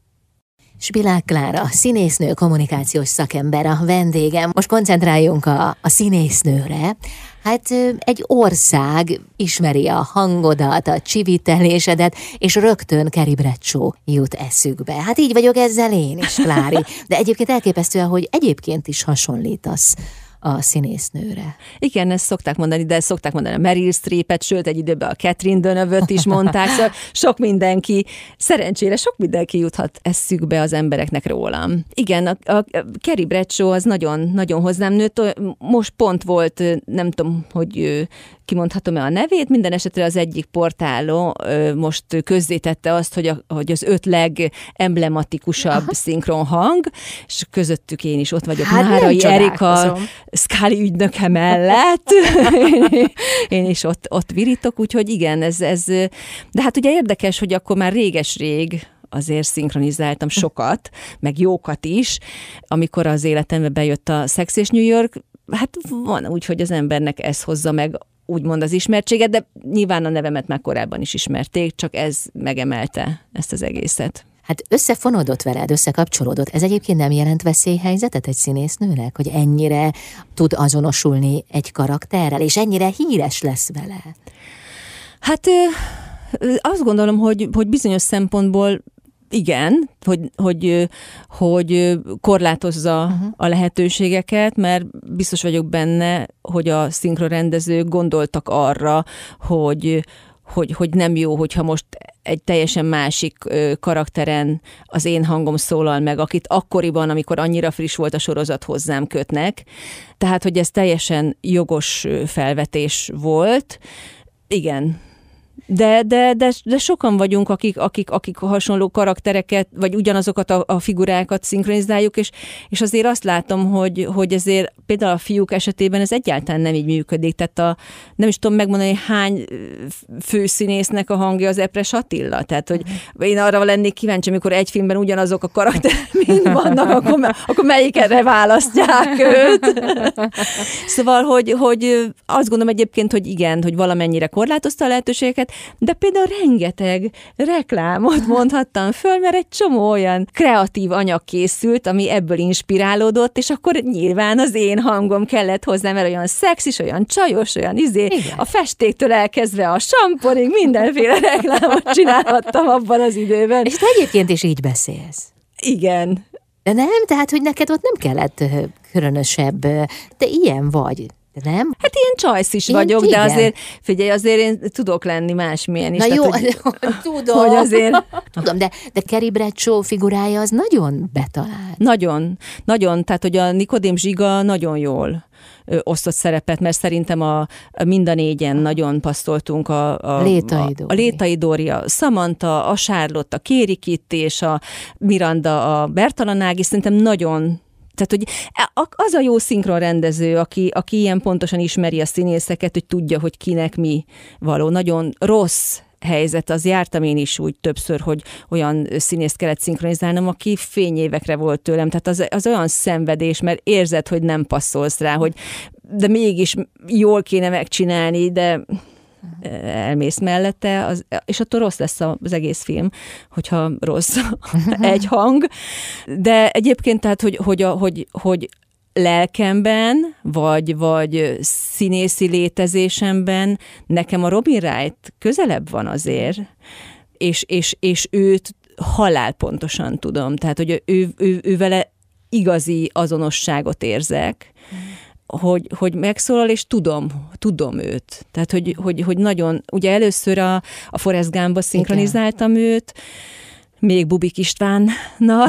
Spilák Klára, színésznő, kommunikációs szakember a vendégem. Most koncentráljunk a, a színésznőre. Hát egy ország ismeri a hangodat, a csivitelésedet, és rögtön Carrie Bradshaw jut eszükbe. Hát így vagyok ezzel én is, Klári. De egyébként elképesztően, hogy egyébként is hasonlítasz a színésznőre. Igen, ezt szokták mondani, de ezt szokták mondani a Meryl Streepet, sőt egy időben a Catherine Deneuve-öt is mondták, szóval sok mindenki, szerencsére sok mindenki juthat eszükbe az embereknek rólam. Igen, a, a Carrie Bradshaw az nagyon, nagyon hozzám nőtt, most pont volt, nem tudom, hogy kimondhatom-e a nevét, minden esetre az egyik portálon most közzétette azt, hogy, a, hogy az öt legemblematikusabb szinkron hang, és közöttük én is ott vagyok, hát Nárai Erika, Scully ügynöke mellett. én, én is ott, ott virítok, úgyhogy igen, ez, ez, de hát ugye érdekes, hogy akkor már réges-rég azért szinkronizáltam sokat, meg jókat is, amikor az életembe bejött a Sex és New York, hát van úgy, hogy az embernek ez hozza meg úgymond az ismertséget, de nyilván a nevemet már korábban is ismerték, csak ez megemelte ezt az egészet. Hát összefonódott veled, összekapcsolódott. Ez egyébként nem jelent veszélyhelyzetet egy színésznőnek, hogy ennyire tud azonosulni egy karakterrel, és ennyire híres lesz vele? Hát azt gondolom, hogy, hogy bizonyos szempontból igen, hogy, hogy, hogy korlátozza uh-huh. a lehetőségeket, mert biztos vagyok benne, hogy a szinkronrendezők gondoltak arra, hogy, hogy, hogy nem jó, hogyha most egy teljesen másik karakteren az én hangom szólal meg, akit akkoriban, amikor annyira friss volt a sorozat, hozzám kötnek. Tehát, hogy ez teljesen jogos felvetés volt. Igen. De, de, de, de sokan vagyunk, akik, akik, akik hasonló karaktereket, vagy ugyanazokat a, a figurákat szinkronizáljuk, és, és azért azt látom, hogy, hogy ezért például a fiúk esetében ez egyáltalán nem így működik. Tehát a, nem is tudom megmondani, hány főszínésznek a hangja az Epres Attila. Tehát, hogy én arra lennék kíváncsi, amikor egy filmben ugyanazok a karakterek mind vannak, akkor, akkor melyikre választják őt. Szóval, hogy, hogy azt gondolom egyébként, hogy igen, hogy valamennyire korlátozta a lehetőségeket, de például rengeteg reklámot mondhattam föl, mert egy csomó olyan kreatív anyag készült, ami ebből inspirálódott, és akkor nyilván az én hangom kellett hozzá, mert olyan szexis, olyan csajos, olyan izé, igen. A festéktől elkezdve a samponig mindenféle reklámot csinálhattam abban az időben. És te egyébként is így beszélsz. Igen. De nem, tehát, hogy neked ott nem kellett különösebb, te ilyen vagy. De nem? Hát ilyen csajsz is én vagyok, igen. De azért, figyelj, azért én tudok lenni másmilyen is. Na tehát, jó, hogy, tudom. Hogy azért... Tudom, de, de Carrie Bradshaw figurája az nagyon betalált. Nagyon, nagyon, tehát hogy a Nikodém Zsiga nagyon jól ö, osztott szerepet, mert szerintem a, a mind a négyen nagyon passzoltunk a, a, Létai Dóri. a, a Létai Dóri, a Samantha, a Charlotte, a Kéri Kitti és a Miranda, a Bertalan Ági, szerintem nagyon. Tehát, hogy az a jó szinkronrendező, aki, aki ilyen pontosan ismeri a színészeket, hogy tudja, hogy kinek mi való. Nagyon rossz helyzet, az jártam én is úgy többször, hogy olyan színészt kellett szinkronizálnom, aki fényévekre volt tőlem. Tehát az, az olyan szenvedés, mert érzed, hogy nem passzolsz rá, hogy de mégis jól kéne megcsinálni, de elmész mellette, az, és attól rossz lesz az egész film, hogyha rossz egy hang. De egyébként tehát, hogy, hogy, a, hogy, hogy lelkemben, vagy, vagy színészi létezésemben nekem a Robin Wright közelebb van azért, és, és, és őt halálpontosan tudom. Tehát, hogy ő, ő, ő, ő vele igazi azonosságot érzek, hogy, hogy megszólal, és tudom, tudom őt. Tehát, hogy, hogy, hogy nagyon, ugye először a, a Forrest Gumpba szinkronizáltam igen. őt, még Bubik Istvánnal,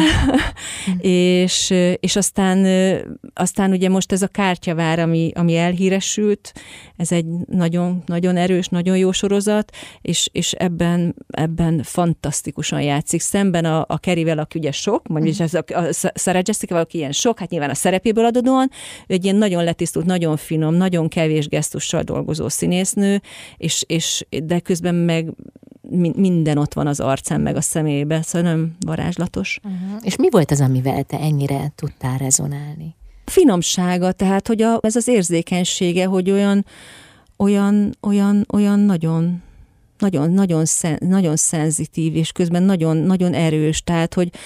és, és aztán, aztán ugye most ez a Kártyavár, ami, ami elhíresült, ez egy nagyon, nagyon erős, nagyon jó sorozat, és, és ebben, ebben fantasztikusan játszik. Szemben a, a Kerryvel, aki ugye sok, mondjuk ez a, a Sarah Jessica, aki ilyen sok, hát nyilván a szerepéből adódóan, ő egy ilyen nagyon letisztult, nagyon finom, nagyon kevés gesztussal dolgozó színésznő, és, és de közben meg minden ott van az arcán, meg a szemébe, szóval nem varázslatos. Uh-huh. És mi volt az, amivel te ennyire tudtál rezonálni? Finomsága, tehát, hogy a, ez az érzékenysége, hogy olyan, olyan, olyan, olyan nagyon, nagyon, nagyon, szen, nagyon szenzitív, és közben nagyon, nagyon erős, tehát, hogy,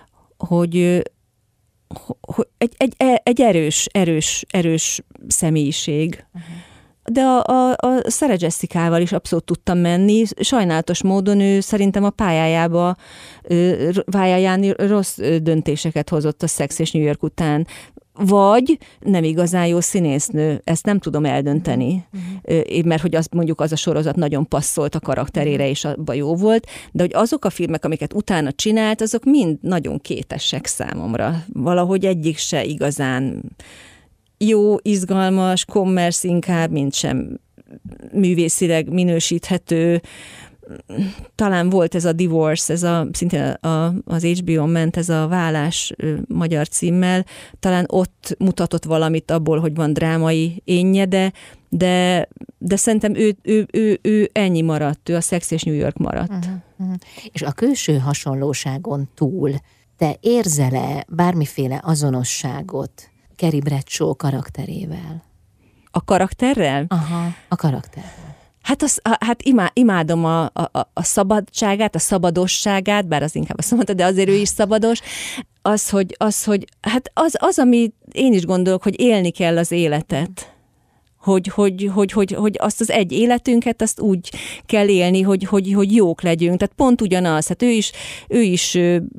hogy, hogy egy, egy, egy erős, erős, erős személyiség. Uh-huh. De a, a, a Sarah Jessicával is abszolút tudtam menni. Sajnálatos módon ő szerintem a pályájába, pályáján rossz döntéseket hozott a Sex és New York után. Vagy nem igazán jó színésznő, ezt nem tudom eldönteni, uh-huh. mert hogy azt mondjuk az a sorozat nagyon passzolt a karakterére, és abban jó volt, de hogy azok a filmek, amiket utána csinált, azok mind nagyon kétesek számomra. Valahogy egyik se igazán jó, izgalmas, commerce inkább, mint sem művészileg minősíthető. Talán volt ez a Divorce, ez a, szintén a, az há bé ó-n ment, ez a Vállás magyar címmel, talán ott mutatott valamit abból, hogy van drámai énje, de, de, de szerintem ő, ő, ő, ő ennyi maradt, ő a Sex és New York maradt. Uh-huh, uh-huh. És a külső hasonlóságon túl te érzel-e bármiféle azonosságot Carrie Bradshaw karakterével? A karakterrel? Aha, a karakterrel. Hát, az, hát imá, imádom a, a, a szabadságát, a szabadosságát, bár az inkább azt mondta, de azért ő is szabados. Az, hogy, az, hogy hát az, az, ami én is gondolok, hogy élni kell az életet. Hogy, hogy, hogy, hogy, hogy azt az egy életünket, azt úgy kell élni, hogy, hogy, hogy jók legyünk. Tehát pont ugyanaz. Hát ő is, ő is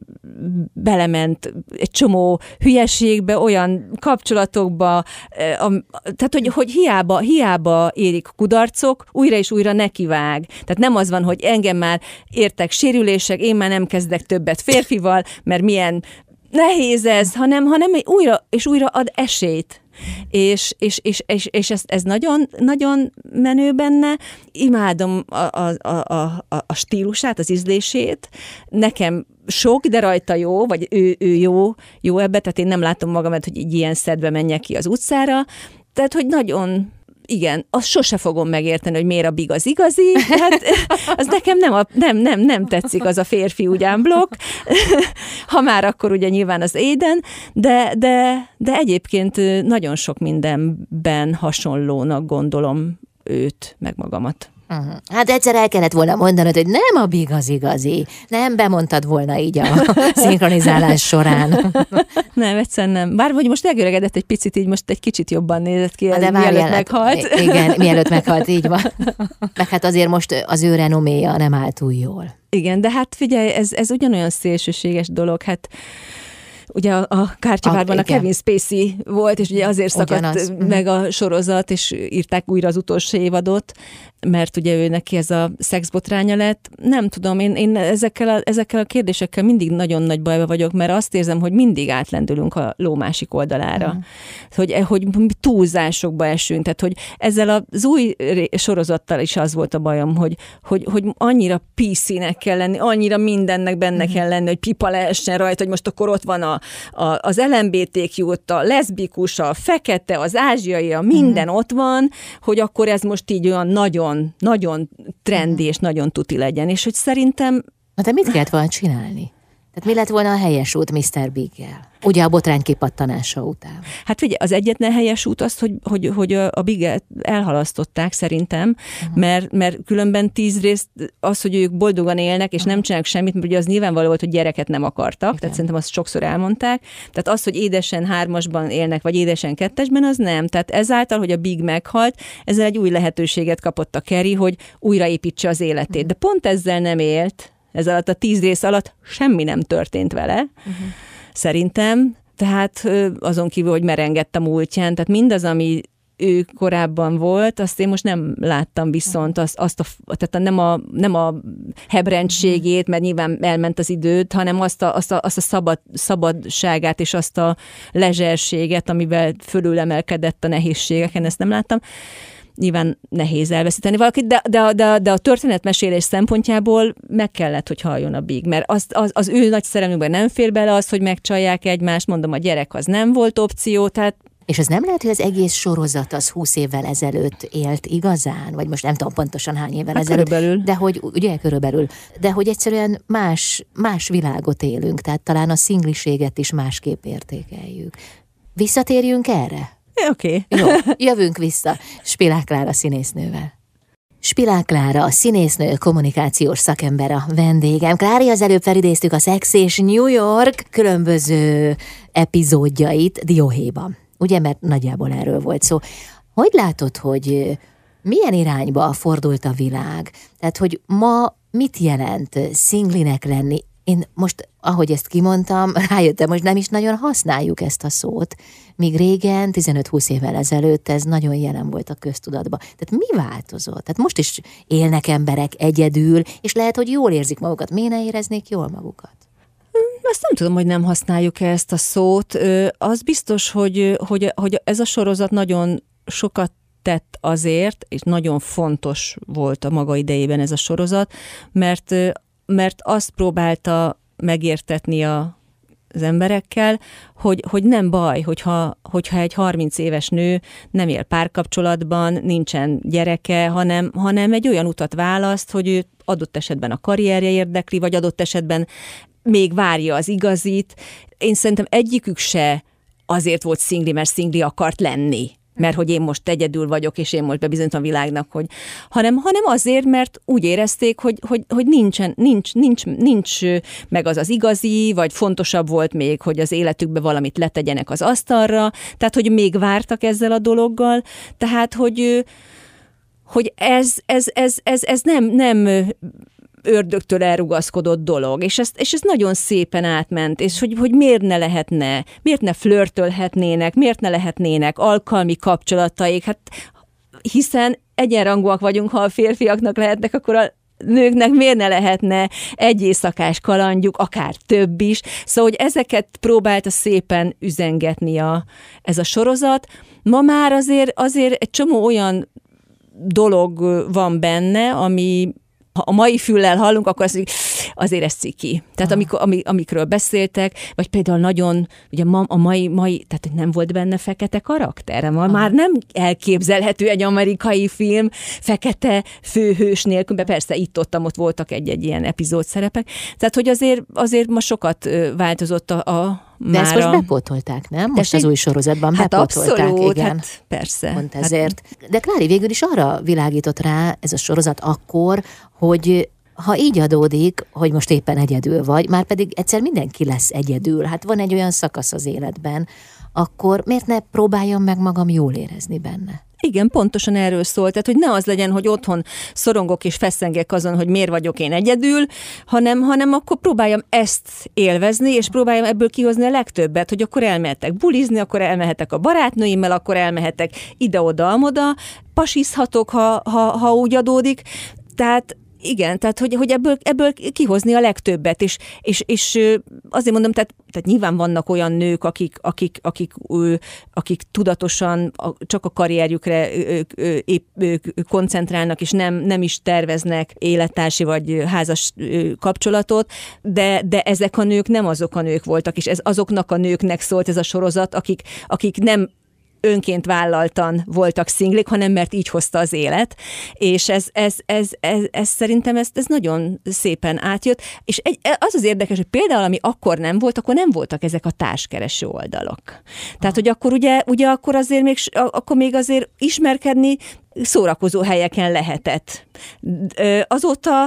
belement egy csomó hülyeségbe, olyan kapcsolatokba, tehát hogy, hogy hiába, hiába érik kudarcok, újra és újra nekivág. Tehát nem az van, hogy engem már értek sérülések, én már nem kezdek többet férfival, mert milyen nehéz ez, hanem, hanem újra és újra ad esélyt. És, és, és, és, és ez, ez nagyon, nagyon menő benne. Imádom a, a, a, a, a stílusát, az ízlését. Nekem sok, de rajta jó, vagy ő, ő jó, jó ebbe, tehát én nem látom magamat, hogy így ilyen szedve menjek ki az utcára. Tehát, hogy nagyon... Igen, azt sose fogom megérteni, hogy miért a Big az igazi, hát az nekem nem, a, nem, nem, nem tetszik az a férfi ugyan blokk, ha már akkor ugye nyilván az Aiden, de, de, de egyébként nagyon sok mindenben hasonlónak gondolom őt, meg magamat. Uh-huh. Hát egyszer el kellett volna mondanod, hogy nem a Big az igazi. Nem bemondtad volna így a szinkronizálás során. Nem, egyszerűen nem. Bár hogy most megöregedett egy picit, így most egy kicsit jobban nézett ki, de mielőtt meghalt. Igen, mielőtt meghalt, így van. Meg hát azért most az ő renoméja nem áll túl jól. Igen, de hát figyelj, ez, ez ugyanolyan szélsőséges dolog, hát ugye a, a Kártyavárban a, a Kevin Spacey volt, és ugye azért szakadt Ugyanaz. meg a sorozat, és írták újra az utolsó évadot, mert ugye ő neki ez a szexbotránya lett. Nem tudom, én, én ezekkel, a, ezekkel a kérdésekkel mindig nagyon nagy bajba vagyok, mert azt érzem, hogy mindig átlendülünk a ló másik oldalára. Mm. Hogy, hogy túlzásokba esünk. Tehát, hogy ezzel az új sorozattal is az volt a bajom, hogy, hogy, hogy annyira pé cé-nek kell lenni, annyira mindennek benne mm. kell lenni, hogy pipa lehessen rajta, hogy most akkor ott van a, a, az el em bé té kú, a leszbikus, a fekete, az ázsiai, a minden mm. ott van, hogy akkor ez most így olyan nagyon nagyon trendi és nagyon tuti legyen, és hogy szerintem... Na de mit kellett volna csinálni? Tehát mi lett volna a helyes út miszter Biggel? Ugye a botrány kipattanása után. Hát figyelj, az egyetlen helyes út az, hogy, hogy, hogy a Bigget elhalasztották szerintem, uh-huh. mert, mert különben tíz részt az, hogy ők boldogan élnek, és uh-huh. nem csinálnak semmit, mert ugye az nyilvánvaló volt, hogy gyereket nem akartak, igen. Tehát szerintem azt sokszor elmondták. Tehát az, hogy édesen hármasban élnek, vagy édesen kettesben, az nem. Tehát ezáltal, hogy a Big meghalt, ezzel egy új lehetőséget kapott a Carrie, hogy újraépítse az életét. Uh-huh. De pont ezzel nem élt. Ez alatt a tíz rész alatt semmi nem történt vele, uh-huh. szerintem. Tehát azon kívül, hogy merengett a múltján, tehát mindaz, ami ő korábban volt, azt én most nem láttam viszont azt, azt a, tehát nem a, nem a hebrendségét, mert nyilván elment az időt, hanem azt a, azt a, azt a szabad, szabadságát és azt a lezserséget, amivel fölülemelkedett a nehézségeken, ezt nem láttam. Nyilván nehéz elveszíteni valakit, de, de, de, de a történetmesélés szempontjából meg kellett, hogy halljon a Big, mert az, az, az ő nagy szerelmükben nem fér bele az, hogy megcsalják egymást, mondom, a gyerek az nem volt opció, tehát és az nem lehet, hogy az egész sorozat az húsz évvel ezelőtt élt igazán, vagy most nem tudom pontosan hány évvel hát ezelőtt, körülbelül. de hogy ugye körülbelül, de hogy egyszerűen más, más világot élünk, tehát talán a szingliséget is másképp értékeljük. Visszatérjünk erre? Oké. Okay. Jó, jövünk vissza Spilák Klára színésznővel. Spilák Klára, a színésznő, kommunikációs szakember a vendégem. Klári, az előbb felidéztük a Szex és New York különböző epizódjait Dióhéjban. Ugye, mert nagyjából erről volt szó. Hogy látod, hogy milyen irányba fordult a világ? Tehát, hogy ma mit jelent szinglinek lenni? Én most, ahogy ezt kimondtam, rájöttem, most nem is nagyon használjuk ezt a szót, míg régen, tizenöt-húsz évvel ezelőtt ez nagyon jelen volt a köztudatban. Tehát mi változott? Tehát most is élnek emberek egyedül, és lehet, hogy jól érzik magukat. Miért ne éreznék jól magukat? Azt nem tudom, hogy nem használjuk ezt a szót. Az biztos, hogy, hogy, hogy ez a sorozat nagyon sokat tett azért, és nagyon fontos volt a maga idejében ez a sorozat, mert, mert azt próbálta megértetni a az emberekkel, hogy, hogy nem baj, hogyha, hogyha egy harminc éves nő nem él párkapcsolatban, nincsen gyereke, hanem, hanem egy olyan utat választ, hogy ő adott esetben a karrierje érdekli, vagy adott esetben még várja az igazit. Én szerintem egyikük se azért volt szingli, mert szingli akart lenni, mert hogy én most egyedül vagyok, és én most bebizonyítom a világnak, hogy, hanem, hanem azért, mert úgy érezték, hogy, hogy, hogy nincsen, nincs, nincs, nincs meg az az igazi, vagy fontosabb volt még, hogy az életükbe valamit letegyenek az asztalra, tehát, hogy még vártak ezzel a dologgal, tehát, hogy, hogy ez, ez, ez, ez, ez nem, nem ördögtől elrugaszkodott dolog, és ez, és ez nagyon szépen átment, és hogy, hogy miért ne lehetne, miért ne flörtölhetnének, miért ne lehetnének alkalmi kapcsolataik, hát hiszen egyenrangúak vagyunk, ha a férfiaknak lehetnek, akkor a nőknek miért ne lehetne egy éjszakás kalandjuk, akár több is. Szóval, hogy ezeket próbálta szépen üzengetni a, ez a sorozat. Ma már azért, azért egy csomó olyan dolog van benne, ami ha a mai füllel hallunk, akkor azt mondjuk, azért ez ciki. Tehát amikor, ami, amikről beszéltek, vagy például nagyon, ugye ma, a mai, mai, tehát nem volt benne fekete karakter, ma már nem elképzelhető egy amerikai film fekete főhős nélkül, de persze itt-ott ott voltak egy-egy ilyen epizód szerepek. Tehát, hogy azért, azért ma sokat változott a, a de ezt most bepótolták, nem? Most Tessék? Az új sorozatban hát bepótolták, abszolút, igen. Hát persze. Pont ezért. Hát... De Klári végül is arra világított rá ez a sorozat akkor, hogy ha így adódik, hogy most éppen egyedül vagy, már pedig egyszer mindenki lesz egyedül, hát van egy olyan szakasz az életben, akkor miért ne próbáljam meg magam jól érezni benne? Igen, pontosan erről szól, tehát hogy ne az legyen, hogy otthon szorongok és feszengek azon, hogy miért vagyok én egyedül, hanem, hanem akkor próbáljam ezt élvezni, és próbáljam ebből kihozni a legtöbbet, hogy akkor elmehetek bulizni, akkor elmehetek a barátnőimmel, akkor elmehetek ide-oda-amoda, pasizhatok, ha, ha, ha úgy adódik, tehát igen, tehát hogy, hogy ebből, ebből kihozni a legtöbbet, és, és, és azért mondom, tehát, tehát nyilván vannak olyan nők, akik, akik, akik, akik tudatosan csak a karrierjükre koncentrálnak, és nem, nem is terveznek élettársi vagy házas kapcsolatot, de, de ezek a nők nem azok a nők voltak, és ez azoknak a nőknek szólt ez a sorozat, akik, akik nem önként vállaltan voltak szinglik, hanem mert így hozta az élet, és ez, ez, ez, ez, ez szerintem ez, ez nagyon szépen átjött, és egy, az az érdekes, hogy például ami akkor nem volt, akkor nem voltak ezek a társkereső oldalak. Tehát, hogy akkor ugye, ugye akkor azért még, akkor még azért ismerkedni szórakozó helyeken lehetett. Azóta,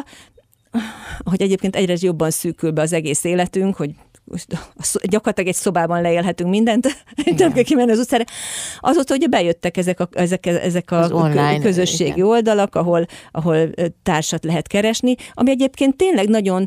hogy egyébként egyre jobban szűkül be az egész életünk, hogy gyakorlatilag egy szobában leélhetünk mindent, nem kell kimenni az utcára. Azóta ugye bejöttek ezek a, ezek, ezek a online, közösségi igen. oldalak, ahol, ahol társat lehet keresni, ami egyébként tényleg nagyon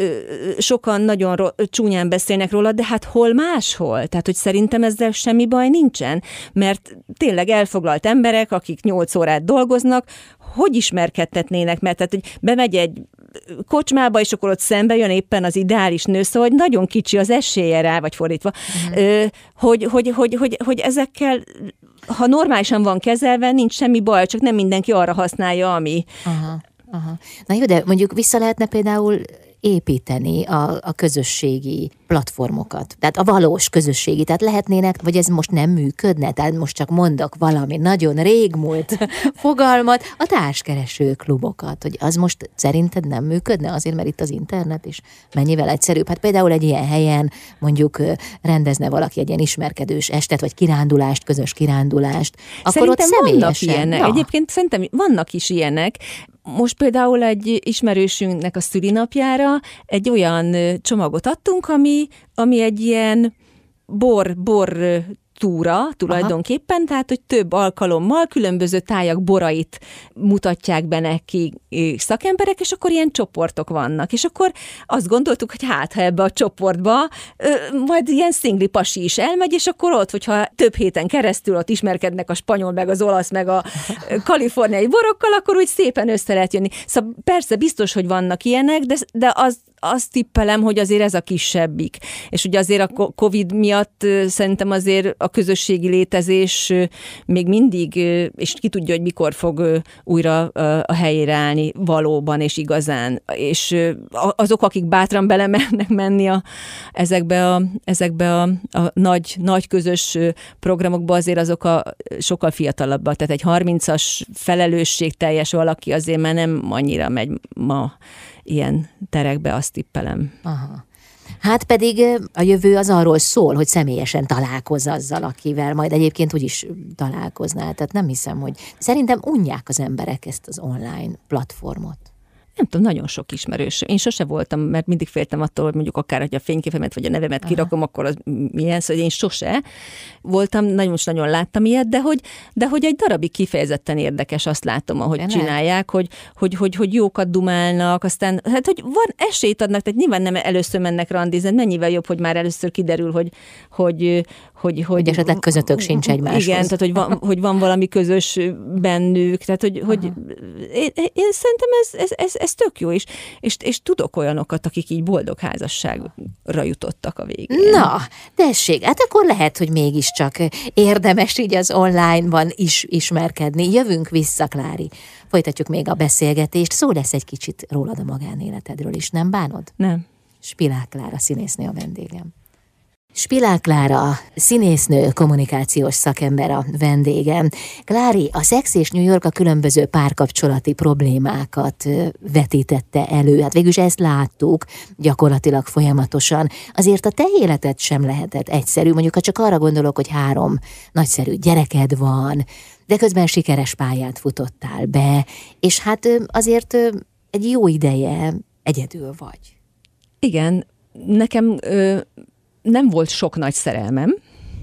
sokan nagyon ro- csúnyán beszélnek róla, de hát hol máshol? Tehát, hogy szerintem ezzel semmi baj nincsen, mert tényleg elfoglalt emberek, akik nyolc órát dolgoznak, hogy ismerkedtetnének, mert tehát, hogy bemegy egy kocsmába, és akkor ott szembe jön éppen az ideális nő, szóval hogy nagyon kicsi az esélye rá, vagy fordítva, uh-huh. hogy, hogy, hogy, hogy, hogy ezekkel, ha normálisan van kezelve, nincs semmi baj, csak nem mindenki arra használja, ami... Aha, aha. Na jó, de mondjuk vissza lehetne például építeni a, a közösségi platformokat, tehát a valós közösségi, tehát lehetnének, vagy ez most nem működne, tehát most csak mondok valami nagyon régmúlt fogalmat, a társkereső klubokat, hogy az most szerinted nem működne, azért, mert itt az internet is mennyivel egyszerűbb. Hát például egy ilyen helyen mondjuk rendezne valaki egy ilyen ismerkedős estet, vagy kirándulást, közös kirándulást, akkor szerintem ott személyesen. Vannak ilyenek. Egyébként szerintem vannak is ilyenek. Most például egy ismerősünknek a szülinapjára egy olyan csomagot adtunk, ami, ami egy ilyen bor, bor túra tulajdonképpen, aha. Tehát, hogy több alkalommal különböző tájak borait mutatják be neki szakemberek, és akkor ilyen csoportok vannak. És akkor azt gondoltuk, hogy hát, ha ebbe a csoportba majd ilyen szingli pasi is elmegy, és akkor ott, hogyha több héten keresztül ott ismerkednek a spanyol, meg az olasz, meg a kaliforniai borokkal, akkor úgy szépen össze lehet jönni. Szóval persze biztos, hogy vannak ilyenek, de, de az azt tippelem, hogy azért ez a kisebbik. És ugye azért a Covid miatt szerintem azért a közösségi létezés még mindig, és ki tudja, hogy mikor fog újra a helyére állni valóban és igazán. És azok, akik bátran belemennek menni a, ezekbe, a, ezekbe a, a nagy, nagy közös programokba, azért azok a sokkal fiatalabbak. Tehát egy harmincas felelősségteljes valaki azért már nem annyira megy ma ilyen terekbe, azt tippelem. Aha. Hát pedig a jövő az arról szól, hogy személyesen találkozz azzal, akivel majd egyébként úgyis találkoznál. Tehát nem hiszem, hogy szerintem unják az emberek ezt az online platformot. Nem tudom, nagyon sok ismerős. Én sose voltam, mert mindig féltem attól, hogy mondjuk akár, hogy a fényképemet vagy a nevemet aha. kirakom, akkor az milyen, szóval én sose voltam, nagyon most nagyon láttam ilyet, de hogy, de hogy egy darabig kifejezetten érdekes, azt látom, ahogy de csinálják, hogy, hogy, hogy, hogy jókat dumálnak, aztán, hát hogy van esélyt adnak, tehát nyilván nem először mennek randizni, mennyivel jobb, hogy már először kiderül, hogy hogy, hogy, hogy, hogy esetleg közöttök sincs egymáshoz. Igen, tehát hogy van, hogy van valami közös bennük, tehát hogy, hogy én, én szerintem ez, ez, ez ez tök jó is, és, és tudok olyanokat, akik így boldog házasságra jutottak a végén. Na, tessék, hát akkor lehet, hogy mégiscsak érdemes így az online-ban is ismerkedni. Jövünk vissza, Klári. Folytatjuk még a beszélgetést. Szó lesz egy kicsit rólad a magánéletedről is, nem bánod? Nem. Spilák Klára színésznő a vendégem. Spilák Klára, színésznő, kommunikációs szakember a vendégem. Klári, a Szex és New York a különböző párkapcsolati problémákat vetítette elő. Hát végülis ezt láttuk gyakorlatilag folyamatosan. Azért a te életed sem lehetett egyszerű. Mondjuk, ha csak arra gondolok, hogy három nagyszerű gyereked van, de közben sikeres pályát futottál be, és hát azért egy jó ideje egyedül vagy. Igen, nekem... Ö... nem volt sok nagy szerelmem,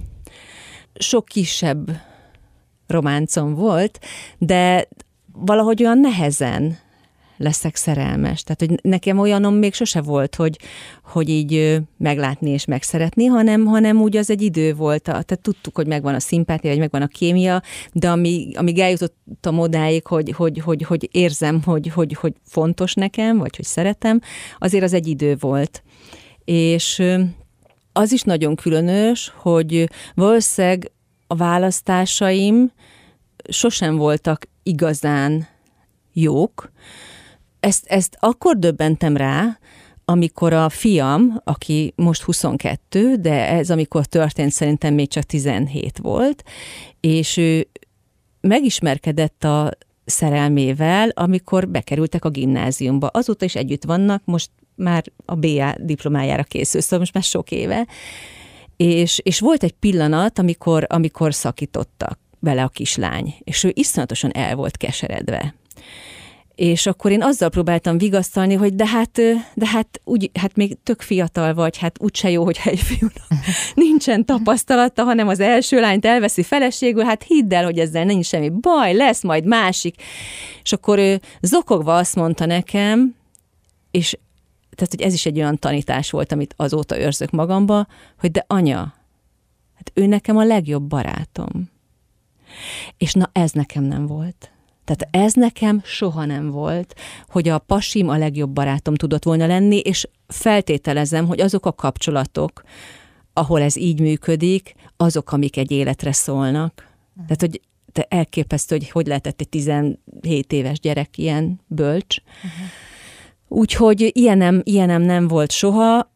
sok kisebb románcom volt, de valahogy olyan nehezen leszek szerelmes. Tehát, hogy nekem olyanom még sose volt, hogy, hogy így meglátni és megszeretni, hanem, hanem úgy az egy idő volt. Tehát tudtuk, hogy megvan a szimpátia, vagy megvan a kémia, de amíg, amíg eljutottam odáig, hogy, hogy, hogy, hogy érzem, hogy, hogy, hogy fontos nekem, vagy hogy szeretem, azért az egy idő volt. És az is nagyon különös, hogy valószínűleg a választásaim sosem voltak igazán jók. Ezt, ezt akkor döbbentem rá, amikor a fiam, aki most huszonkettő, de ez amikor történt, szerintem még csak tizenhét volt, és ő megismerkedett a szerelmével, amikor bekerültek a gimnáziumba. Azóta is együtt vannak, most már a bé á diplomájára készül, szóval most már sok éve. És, és volt egy pillanat, amikor, amikor szakítottak vele a kislány, és ő iszonyatosan el volt keseredve. És akkor én azzal próbáltam vigasztalni, hogy de hát, de hát, úgy, hát még tök fiatal vagy, hát úgyse jó, hogyha egy fiúnak nincsen tapasztalata, hanem az első lányt elveszi feleségül, hát hidd el, hogy ezzel nincs semmi baj, lesz majd másik. És akkor ő zokogva azt mondta nekem, és tehát, hogy ez is egy olyan tanítás volt, amit azóta őrzök magamba, hogy de anya, hát ő nekem a legjobb barátom. És na ez nekem nem volt. Tehát ez nekem soha nem volt, hogy a pasim a legjobb barátom tudott volna lenni, és feltételezem, hogy azok a kapcsolatok, ahol ez így működik, azok, amik egy életre szólnak. Uh-huh. Tehát, hogy te elképesztő, hogy hogy lehetett egy tizenhét éves gyerek ilyen bölcs. Uh-huh. Úgyhogy ilyenem, ilyenem nem volt soha,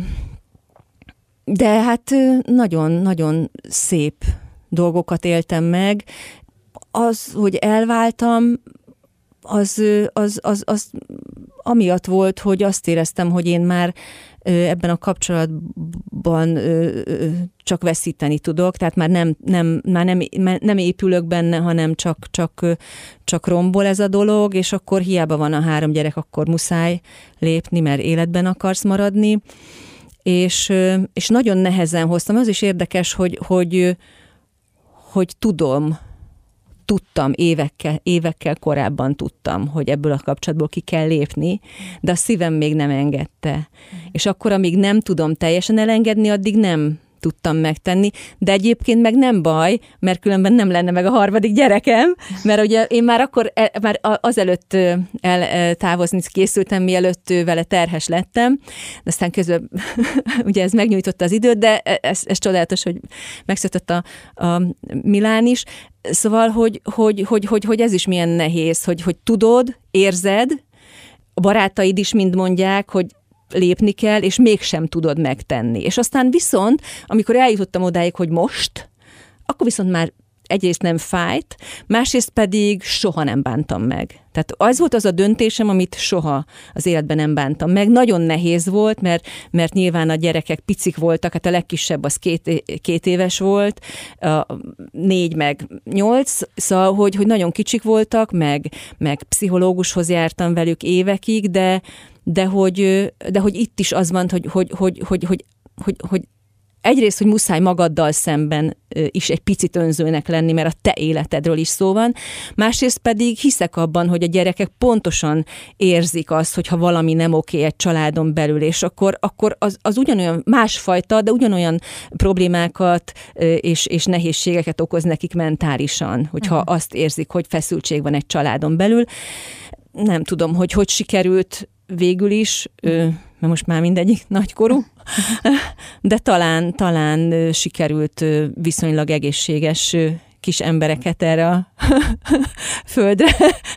de hát nagyon-nagyon szép dolgokat éltem meg. Az, hogy elváltam, az, az, az, az amiatt volt, hogy azt éreztem, hogy én már ebben a kapcsolatban csak veszíteni tudok, tehát már nem, nem, már nem, nem épülök benne, hanem csak, csak, csak rombol ez a dolog, és akkor hiába van a három gyerek, akkor muszáj lépni, mert életben akarsz maradni. És, és nagyon nehezen hoztam. Az is érdekes, hogy, hogy, hogy tudom, tudtam, évekkel, évekkel korábban tudtam, hogy ebből a kapcsolatból ki kell lépni, de a szívem még nem engedte. Mm. És akkor, amíg nem tudom teljesen elengedni, addig nem tudtam megtenni, de egyébként meg nem baj, mert különben nem lenne meg a harmadik gyerekem, mert ugye én már akkor, el, már azelőtt eltávozni készültem, mielőtt vele terhes lettem, de aztán közben ugye ez megnyújtotta az időt, de ez, ez csodálatos, hogy megszületett a, a Milán is. Szóval, hogy, hogy, hogy, hogy, hogy ez is milyen nehéz, hogy, hogy tudod, érzed, a barátaid is mind mondják, hogy lépni kell, és mégsem tudod megtenni. És aztán viszont, amikor eljutottam odáig, hogy most, akkor viszont már egyrészt nem fájt, másrészt pedig soha nem bántam meg. Tehát az volt az a döntésem, amit soha az életben nem bántam meg. Nagyon nehéz volt, mert, mert nyilván a gyerekek picik voltak, hát a legkisebb az két, két éves volt, a négy meg nyolc, szóval, hogy, hogy nagyon kicsik voltak, meg, meg pszichológushoz jártam velük évekig, de De hogy, de hogy itt is az van, hogy, hogy, hogy, hogy, hogy, hogy, hogy egyrészt, hogy muszáj magaddal szemben is egy picit önzőnek lenni, mert a te életedről is szó van. Másrészt pedig hiszek abban, hogy a gyerekek pontosan érzik azt, hogyha valami nem oké egy családon belül, és akkor, akkor az, az ugyanolyan másfajta, de ugyanolyan problémákat és, és nehézségeket okoz nekik mentálisan, hogyha uh-huh. azt érzik, hogy feszültség van egy családon belül. Nem tudom, hogy hogy sikerült végül is, mert most már mindegyik nagykorú, de talán, talán sikerült viszonylag egészséges kis embereket erre a földre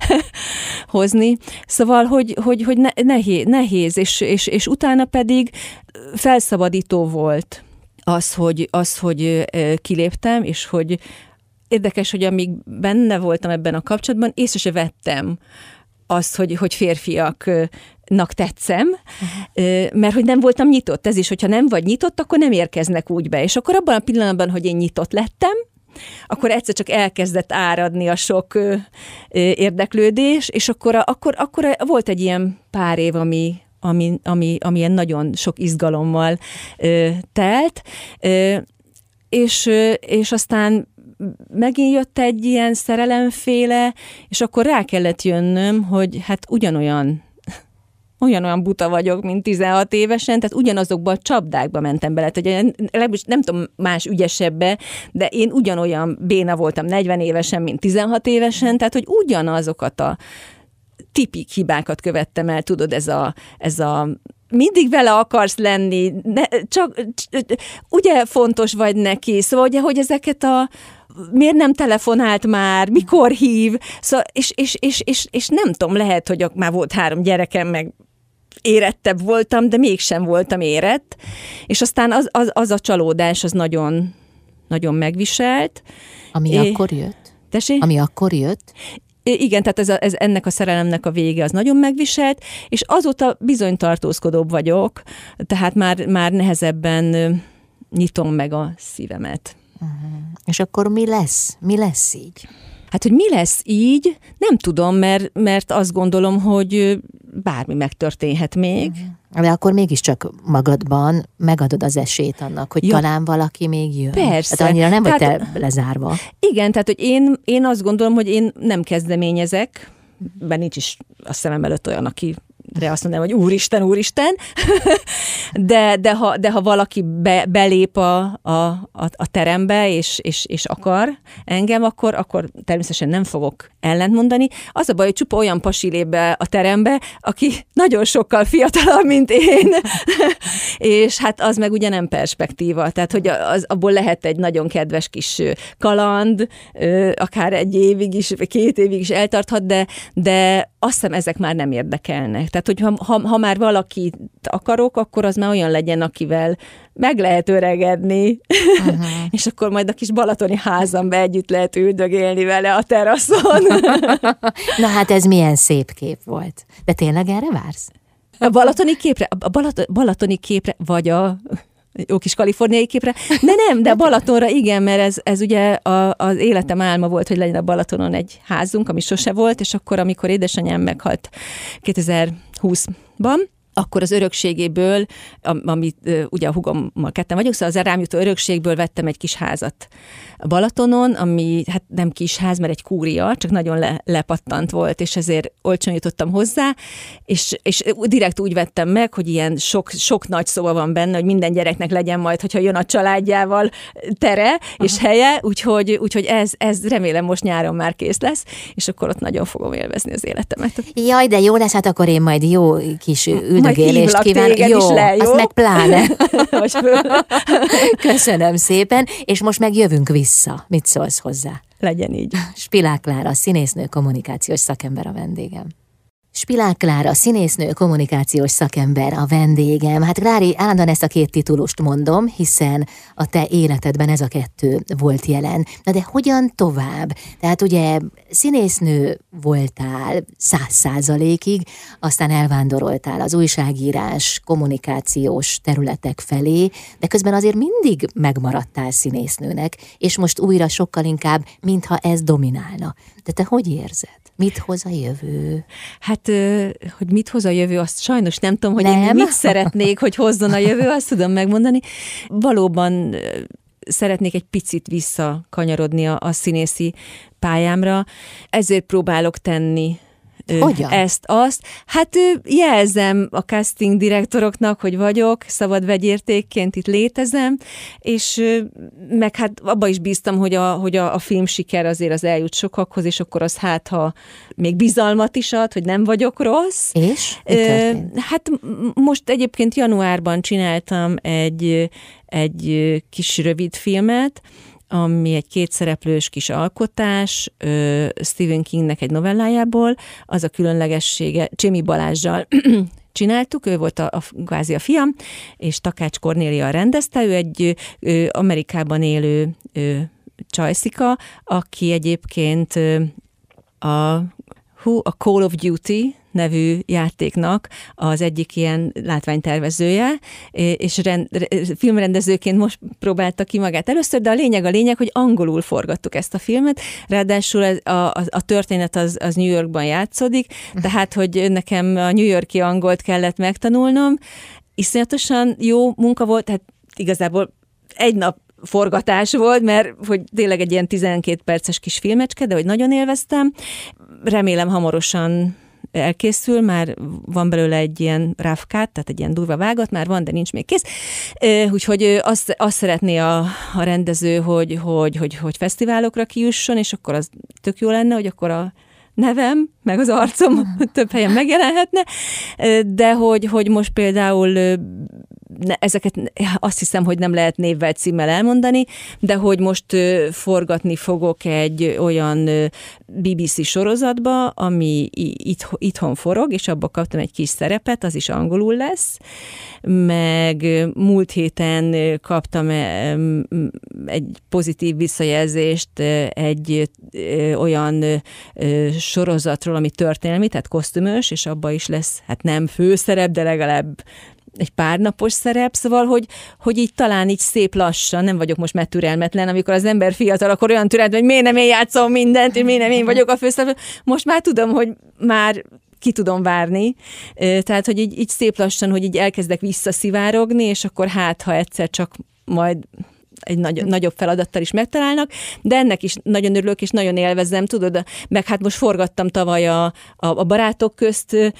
hozni. Szóval, hogy, hogy, hogy nehéz, nehéz és, és, és utána pedig felszabadító volt az, hogy, az, hogy kiléptem, és hogy érdekes, hogy amíg benne voltam ebben a kapcsolatban, észre se vettem azt, hogy, hogy férfiaknak tetszem, uh-huh. mert hogy nem voltam nyitott. Ez is, hogyha nem vagy nyitott, akkor nem érkeznek úgy be. És akkor abban a pillanatban, hogy én nyitott lettem, akkor egyszer csak elkezdett áradni a sok érdeklődés, és akkor, akkor, akkor volt egy ilyen pár év, ami, ami, ami, ami ilyen nagyon sok izgalommal telt, és, és aztán megint jött egy ilyen szerelemféle, és akkor rá kellett jönnöm, hogy hát ugyanolyan, ugyanolyan buta vagyok, mint tizenhat évesen, tehát ugyanazokba a csapdákba mentem bele. Tehát nem tudom más ügyesebbe, de én ugyanolyan béna voltam negyven évesen, mint tizenhat évesen, tehát hogy ugyanazokat a tipik hibákat követtem el, tudod, ez a, ez a mindig vele akarsz lenni, ne, csak ugye fontos vagy neki, szóval ugye, hogy ezeket a miért nem telefonált már, mikor hív, szóval, és, és, és, és, és nem tudom, lehet, hogy már volt három gyerekem, meg érettebb voltam, de mégsem voltam érett, és aztán az, az, az a csalódás, az nagyon, nagyon megviselt. Ami é... akkor jött? Tessék? Ami akkor jött? Igen, tehát ez, a, ez ennek a szerelemnek a vége az nagyon megviselt, és azóta bizony tartózkodóbb vagyok, tehát már, már nehezebben nyitom meg a szívemet. Uh-huh. És akkor mi lesz? Mi lesz így? Hát, hogy mi lesz így, nem tudom, mert, mert azt gondolom, hogy bármi megtörténhet még. Uh-huh. De akkor mégiscsak magadban megadod az esélyt annak, hogy ja. talán valaki még jön. Persze. Tehát annyira nem vagy tehát, te lezárva. Igen, tehát, hogy én, én azt gondolom, hogy én nem kezdeményezek, mert nincs is a szemem előtt olyan, aki de azt mondom, hogy úristen, úristen, de, de, ha, de ha valaki be, belép a, a, a terembe, és, és, és akar engem, akkor, akkor természetesen nem fogok ellentmondani. Az a baj, hogy csupa olyan pasi lép be a terembe, aki nagyon sokkal fiatalabb, mint én, és hát az meg ugye nem perspektíva, tehát hogy az, abból lehet egy nagyon kedves kis kaland, akár egy évig is, vagy két évig is eltarthat, de, de azt hiszem, ezek már nem érdekelnek. Tehát, hogy ha, ha, ha már valakit akarok, akkor az már olyan legyen, akivel meg lehet öregedni, uh-huh. és akkor majd a kis balatoni házamba együtt lehet üldögélni vele a teraszon. Na hát ez milyen szép kép volt. De tényleg erre vársz? A balatoni képre, a Balat- balatoni képre, vagy a jó kis kaliforniai képre, de nem, de Balatonra igen, mert ez, ez ugye a, az életem álma volt, hogy legyen a Balatonon egy házunk, ami sose volt, és akkor, amikor édesanyám meghalt kétezer-húszban, akkor az örökségéből, amit ugye a hugommal ketten vagyunk, szóval az rám jutó örökségből vettem egy kis házat a Balatonon, ami hát nem kis ház, mert egy kúria, csak nagyon le, lepattant volt, és ezért olcsón jutottam hozzá, és, és direkt úgy vettem meg, hogy ilyen sok, sok nagy szoba van benne, hogy minden gyereknek legyen majd, hogyha jön a családjával tere Aha. és helye, úgyhogy, úgyhogy ez, ez remélem most nyáron már kész lesz, és akkor ott nagyon fogom élvezni az életemet. Jaj, de jó lesz, hát akkor én majd jó kis üldögélést kívánok. Jó, is le, jó? Azt meg pláne. Köszönöm szépen, és most meg jövünk vissza. Mit szólsz hozzá? Legyen így. Spilák Klára, színésznő, kommunikációs szakember a vendégem. Spilák Klára, színésznő, kommunikációs szakember a vendégem. Hát Klári, állandóan ezt a két titulust mondom, hiszen a te életedben ez a kettő volt jelen. Na de hogyan tovább? Tehát ugye színésznő voltál száz százalékig, aztán elvándoroltál az újságírás, kommunikációs területek felé, de közben azért mindig megmaradtál színésznőnek, és most újra sokkal inkább, mintha ez dominálna. De te hogy érzed? Mit hoz a jövő? Hát, hogy mit hoz a jövő, azt sajnos nem tudom, hogy nem? én mit szeretnék, hogy hozzon a jövő, azt tudom megmondani. Valóban szeretnék egy picit visszakanyarodni a, a színészi pályámra, ezért próbálok tenni Hogyan? ezt, azt. Hát jelzem a casting direktoroknak, hogy vagyok, szabad vegyértékként itt létezem, és meg hát abba is bíztam, hogy a, hogy a, a film siker azért az eljut sokakhoz, és akkor az hát, ha még bizalmat is ad, hogy nem vagyok rossz. És? Hát most egyébként januárban csináltam egy, egy kis rövid filmet, ami egy kétszereplős kis alkotás, Stephen Kingnek egy novellájából, az a különlegessége, Csémi Balázssal csináltuk, ő volt a, a, kvázi a fiam, és Takács Kornélia rendezte, ő egy ő, Amerikában élő ő, csajszika, aki egyébként a, hú, a Call of Duty nevű játéknak az egyik ilyen látványtervezője, és rend, filmrendezőként most próbálta ki magát először, de a lényeg a lényeg, hogy angolul forgattuk ezt a filmet, ráadásul a, a, a történet az, az New Yorkban játszódik, tehát, hogy nekem a New York-i angolt kellett megtanulnom, iszonyatosan jó munka volt, tehát igazából egy nap forgatás volt, mert hogy tényleg egy ilyen tizenkét perces kis filmecske, de hogy nagyon élveztem. Remélem hamarosan elkészül, már van belőle egy ilyen rough cut, tehát egy ilyen durva vágat, már van, de nincs még kész. Úgyhogy azt, azt szeretné a, a rendező, hogy, hogy, hogy, hogy fesztiválokra kijusson, és akkor az tök jó lenne, hogy akkor a nevem, meg az arcom több helyen megjelenhetne, de hogy, hogy most például ezeket azt hiszem, hogy nem lehet névvel, címmel elmondani, de hogy most forgatni fogok egy olyan bé bé cé sorozatba, ami itt, itthon forog, és abba kaptam egy kis szerepet, az is angolul lesz, meg múlt héten kaptam egy pozitív visszajelzést egy olyan sorozatról, ami történelmi, tehát kosztümös, és abba is lesz, hát nem főszerep, de legalább egy pár napos szerep, szóval, hogy, hogy így talán így szép lassan, nem vagyok most már türelmetlen, amikor az ember fiatal, akkor olyan türelmetlen, hogy miért nem én játszom mindent, és miért nem én vagyok a főszereplő. Most már tudom, hogy már ki tudom várni, tehát, hogy így, így szép lassan, hogy így elkezdek visszaszivárogni, és akkor hát, ha egyszer csak majd egy nagy, nagyobb feladattal is megtalálnak, de ennek is nagyon örülök, és nagyon élvezem, tudod, meg hát most forgattam tavaly a, a, a barátok közt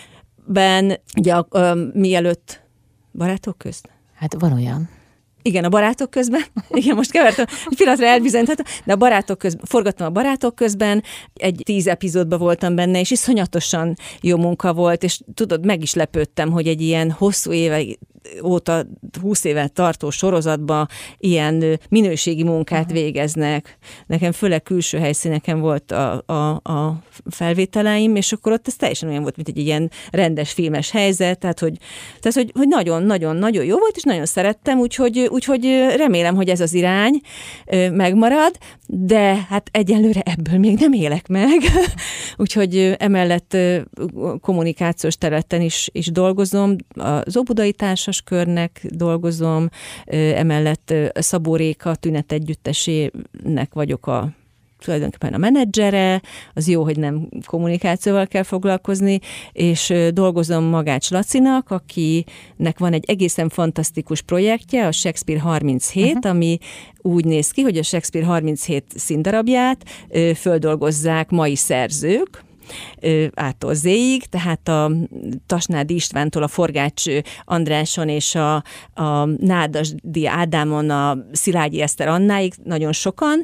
Szeptemberben, ugye a, a, mielőtt barátok közt? Hát van olyan. Igen, a barátok közben, igen, most kevertem, egy pillanatra elbizonyítottam, de a barátok közben, forgattam a barátok közben, egy tíz epizódban voltam benne, és iszonyatosan jó munka volt, és tudod, meg is lepődtem, hogy egy ilyen hosszú éve óta, húsz éve tartó sorozatban ilyen minőségi munkát végeznek. Nekem főleg külső helyszíneken volt a, a, a felvételeim, és akkor ott ez teljesen olyan volt, mint egy ilyen rendes filmes helyzet, tehát hogy, tehát, hogy, hogy nagyon-nagyon-nagyon jó volt, és nagyon szerettem, úgyhogy, úgyhogy remélem, hogy ez az irány megmarad, de hát egyelőre ebből még nem élek meg. Úgyhogy emellett kommunikációs területen is, is dolgozom, az Óbudai Társas dolgozom, emellett Szabó Réka Tünet Együttesének vagyok a tulajdonképpen a menedzsere, az jó, hogy nem kommunikációval kell foglalkozni, és dolgozom Magács Lacinak, akinek van egy egészen fantasztikus projektje, a Shakespeare harminchét, uh-huh. ami úgy néz ki, hogy a Shakespeare harminchét színdarabját földolgozzák mai szerzők, ától zéig, tehát a Tasnádi Istvántól a Forgács Andráson és a, a Nádasdy Ádámon a Szilágyi Eszter Annáig nagyon sokan,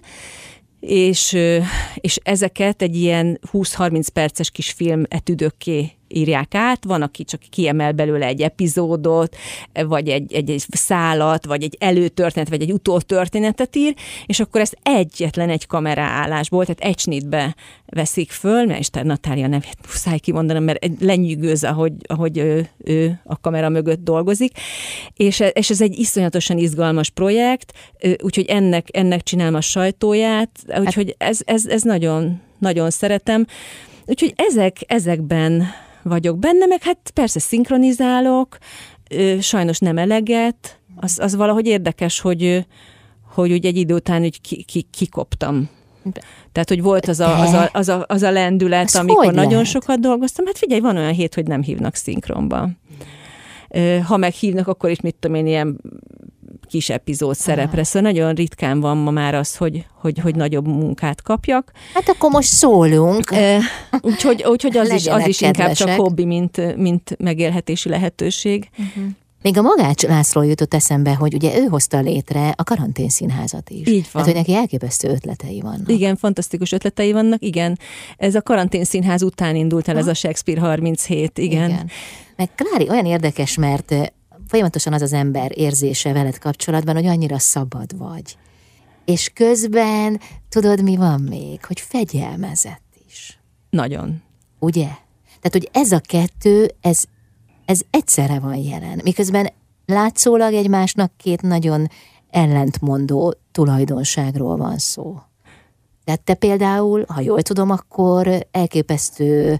és, és ezeket egy ilyen húsz-harminc perces kis film etüdökké írják át, van, aki csak kiemel belőle egy epizódot, vagy egy, egy, egy szálat, vagy egy előtörténet, vagy egy utótörténetet ír, és akkor ezt egyetlen egy kameraállásból, tehát egy snitbe veszik föl, mert Isten Natália nevét muszáj kimondanom, mert lenyűgöz, ahogy, ahogy ő, ő a kamera mögött dolgozik, és, és ez egy iszonyatosan izgalmas projekt, úgyhogy ennek, ennek csinálom a sajtóját, úgyhogy ez, ez, ez nagyon, nagyon szeretem. Úgyhogy ezek, ezekben vagyok benne, meg hát persze szinkronizálok, sajnos nem eleget, az, az valahogy érdekes, hogy, hogy úgy egy idő után úgy ki, ki, kikoptam. Tehát, hogy volt az a, az a, az a, az a lendület, ez amikor nagyon lehet? Sokat dolgoztam. Hát figyelj, van olyan hét, hogy nem hívnak szinkronba. Ha meghívnak, akkor is mit tudom én, ilyen kis epizód szerepre. Szóval nagyon ritkán van ma már az, hogy, hogy, hogy nagyobb munkát kapjak. Hát akkor most szólunk. E, úgyhogy, úgyhogy az, is, az is inkább csak hobbi, mint, mint megélhetési lehetőség. Uh-huh. Még a Magács László jutott eszembe, hogy ugye ő hozta létre a Karanténszínházat is. Így van. Tehát, hogy neki elképesztő ötletei vannak. Igen, fantasztikus ötletei vannak, igen. Ez a Karanténszínház után indult el ha? ez a Shakespeare harminchét, igen. igen. Meg Klári, olyan érdekes, mert folyamatosan az az ember érzése veled kapcsolatban, hogy annyira szabad vagy. És közben, tudod, mi van még? Hogy fegyelmezett is. Nagyon. Ugye? Tehát, hogy ez a kettő, ez, ez egyszerre van jelen. Miközben látszólag egymásnak két nagyon ellentmondó tulajdonságról van szó. Tehát te például, ha jól tudom, akkor elképesztő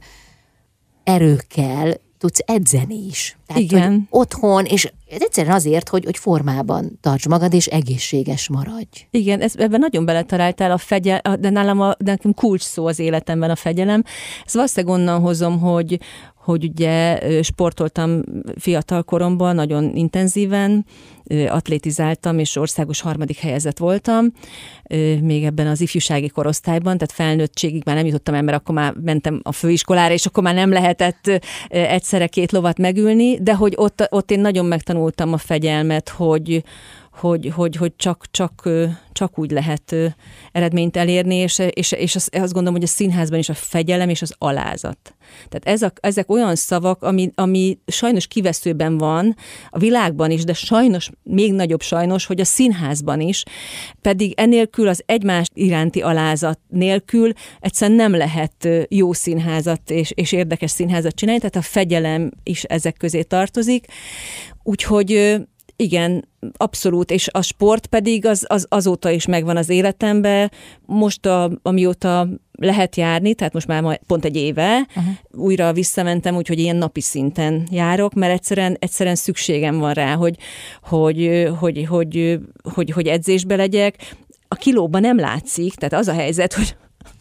erőkkel tudsz edzeni is. Tehát, igen. Hogy otthon, és egyszerűen azért, hogy, hogy formában tarts magad, és egészséges maradj. Igen, ez, ebben nagyon beletaláltál a fegyel, de nálam a, de nekem kulcs szó az életemben a fegyelem. Ezt valószínűleg onnan hozom, hogy, hogy ugye sportoltam fiatal koromban, nagyon intenzíven, atlétizáltam, és országos harmadik helyezett voltam, még ebben az ifjúsági korosztályban, tehát felnőttségig már nem jutottam el, mert akkor már mentem a főiskolára, és akkor már nem lehetett egyszerre két lovat megülni, de hogy ott, ott én nagyon megtanultam a fegyelmet, hogy hogy, hogy, hogy csak, csak, csak úgy lehet eredményt elérni, és, és, és azt, azt gondolom, hogy a színházban is a fegyelem és az alázat. Tehát ez a, ezek olyan szavak, ami, ami sajnos kiveszőben van a világban is, de sajnos, még nagyobb sajnos, hogy a színházban is, pedig enélkül az egymás iránti alázat nélkül egyszerűen nem lehet jó színházat és, és érdekes színházat csinálni, tehát a fegyelem is ezek közé tartozik. Úgyhogy igen, abszolút, és a sport pedig az, az azóta is megvan az életemben. Most, a, amióta lehet járni, tehát most már pont egy éve, uh-huh. újra visszamentem, úgyhogy ilyen napi szinten járok, mert egyszerűen, egyszerűen szükségem van rá, hogy, hogy, hogy, hogy, hogy, hogy edzésbe legyek. A kilóban nem látszik, tehát az a helyzet, hogy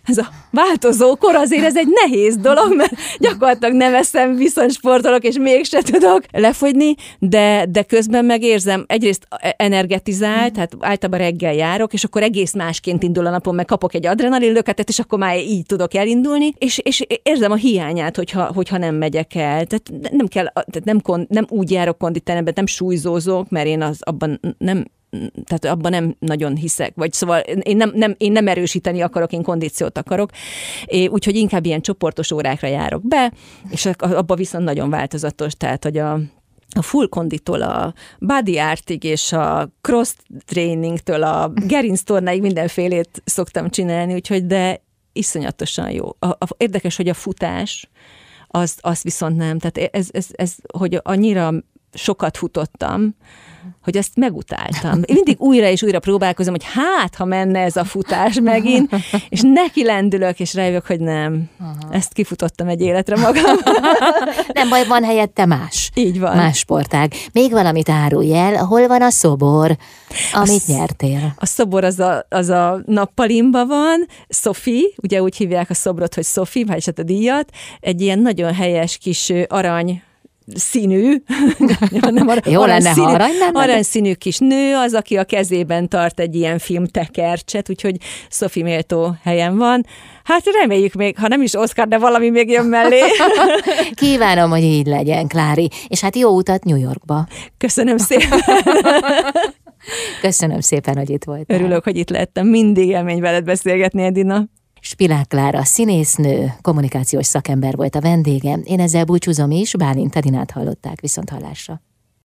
ez a változó kor azért ez egy nehéz dolog, mert gyakorlatilag nem eszem, viszont sportolok, és mégse tudok lefogyni, de, de közben megérzem, egyrészt energetizál, mm. tehát általában reggel járok, és akkor egész másként indul a napon, meg kapok egy adrenalinlöketet, és akkor már így tudok elindulni, és, és érzem a hiányát, hogyha, hogyha nem megyek el. Tehát nem kell, tehát nem, kon, nem úgy járok konditeremben, nem súlyzózok, mert én az abban nem tehát abban nem nagyon hiszek, vagy szóval én nem, nem, én nem erősíteni akarok, én kondíciót akarok, úgyhogy inkább ilyen csoportos órákra járok be, és abban viszont nagyon változatos, tehát hogy a a full konditól a body artig és a cross trainingtől a gerinctornáig mindenfélét szoktam csinálni, úgyhogy de iszonyatosan jó. A, a, érdekes, hogy a futás, az, az viszont nem. Tehát ez, ez, ez, hogy annyira sokat futottam, hogy ezt megutáltam. Én mindig újra és újra próbálkozom, hogy hát, ha menne ez a futás megint, és neki lendülök, és rájövök, hogy nem. Aha. Ezt kifutottam egy életre magam. Nem baj, van helyette más. Így van. Más sportág. Még valamit árulj el, hol van a szobor, amit a nyertél? A szobor az a, az a nappalimba van, Sophie, ugye úgy hívják a szobrot, hogy Sophie, vagyis hát a díjat, egy ilyen nagyon helyes kis arany színű, nem arany, jó arany lenne, színű, ha arany lenne. aranyszínű kis nő az, aki a kezében tart egy ilyen filmtekercset, úgyhogy Sophie méltó helyen van. Hát reméljük még, ha nem is Oscar, de valami még jön mellé. Kívánom, hogy így legyen, Klári. És hát jó utat New Yorkba. Köszönöm szépen. Köszönöm szépen, hogy itt voltál. Örülök, hogy itt lettem. Mindig élmény veled beszélgetni, Edina. Spilák Klára, színésznő, kommunikációs szakember volt a vendégem. Én ezzel búcsúzom is, Bálint Edinát hallották, viszont hallásra.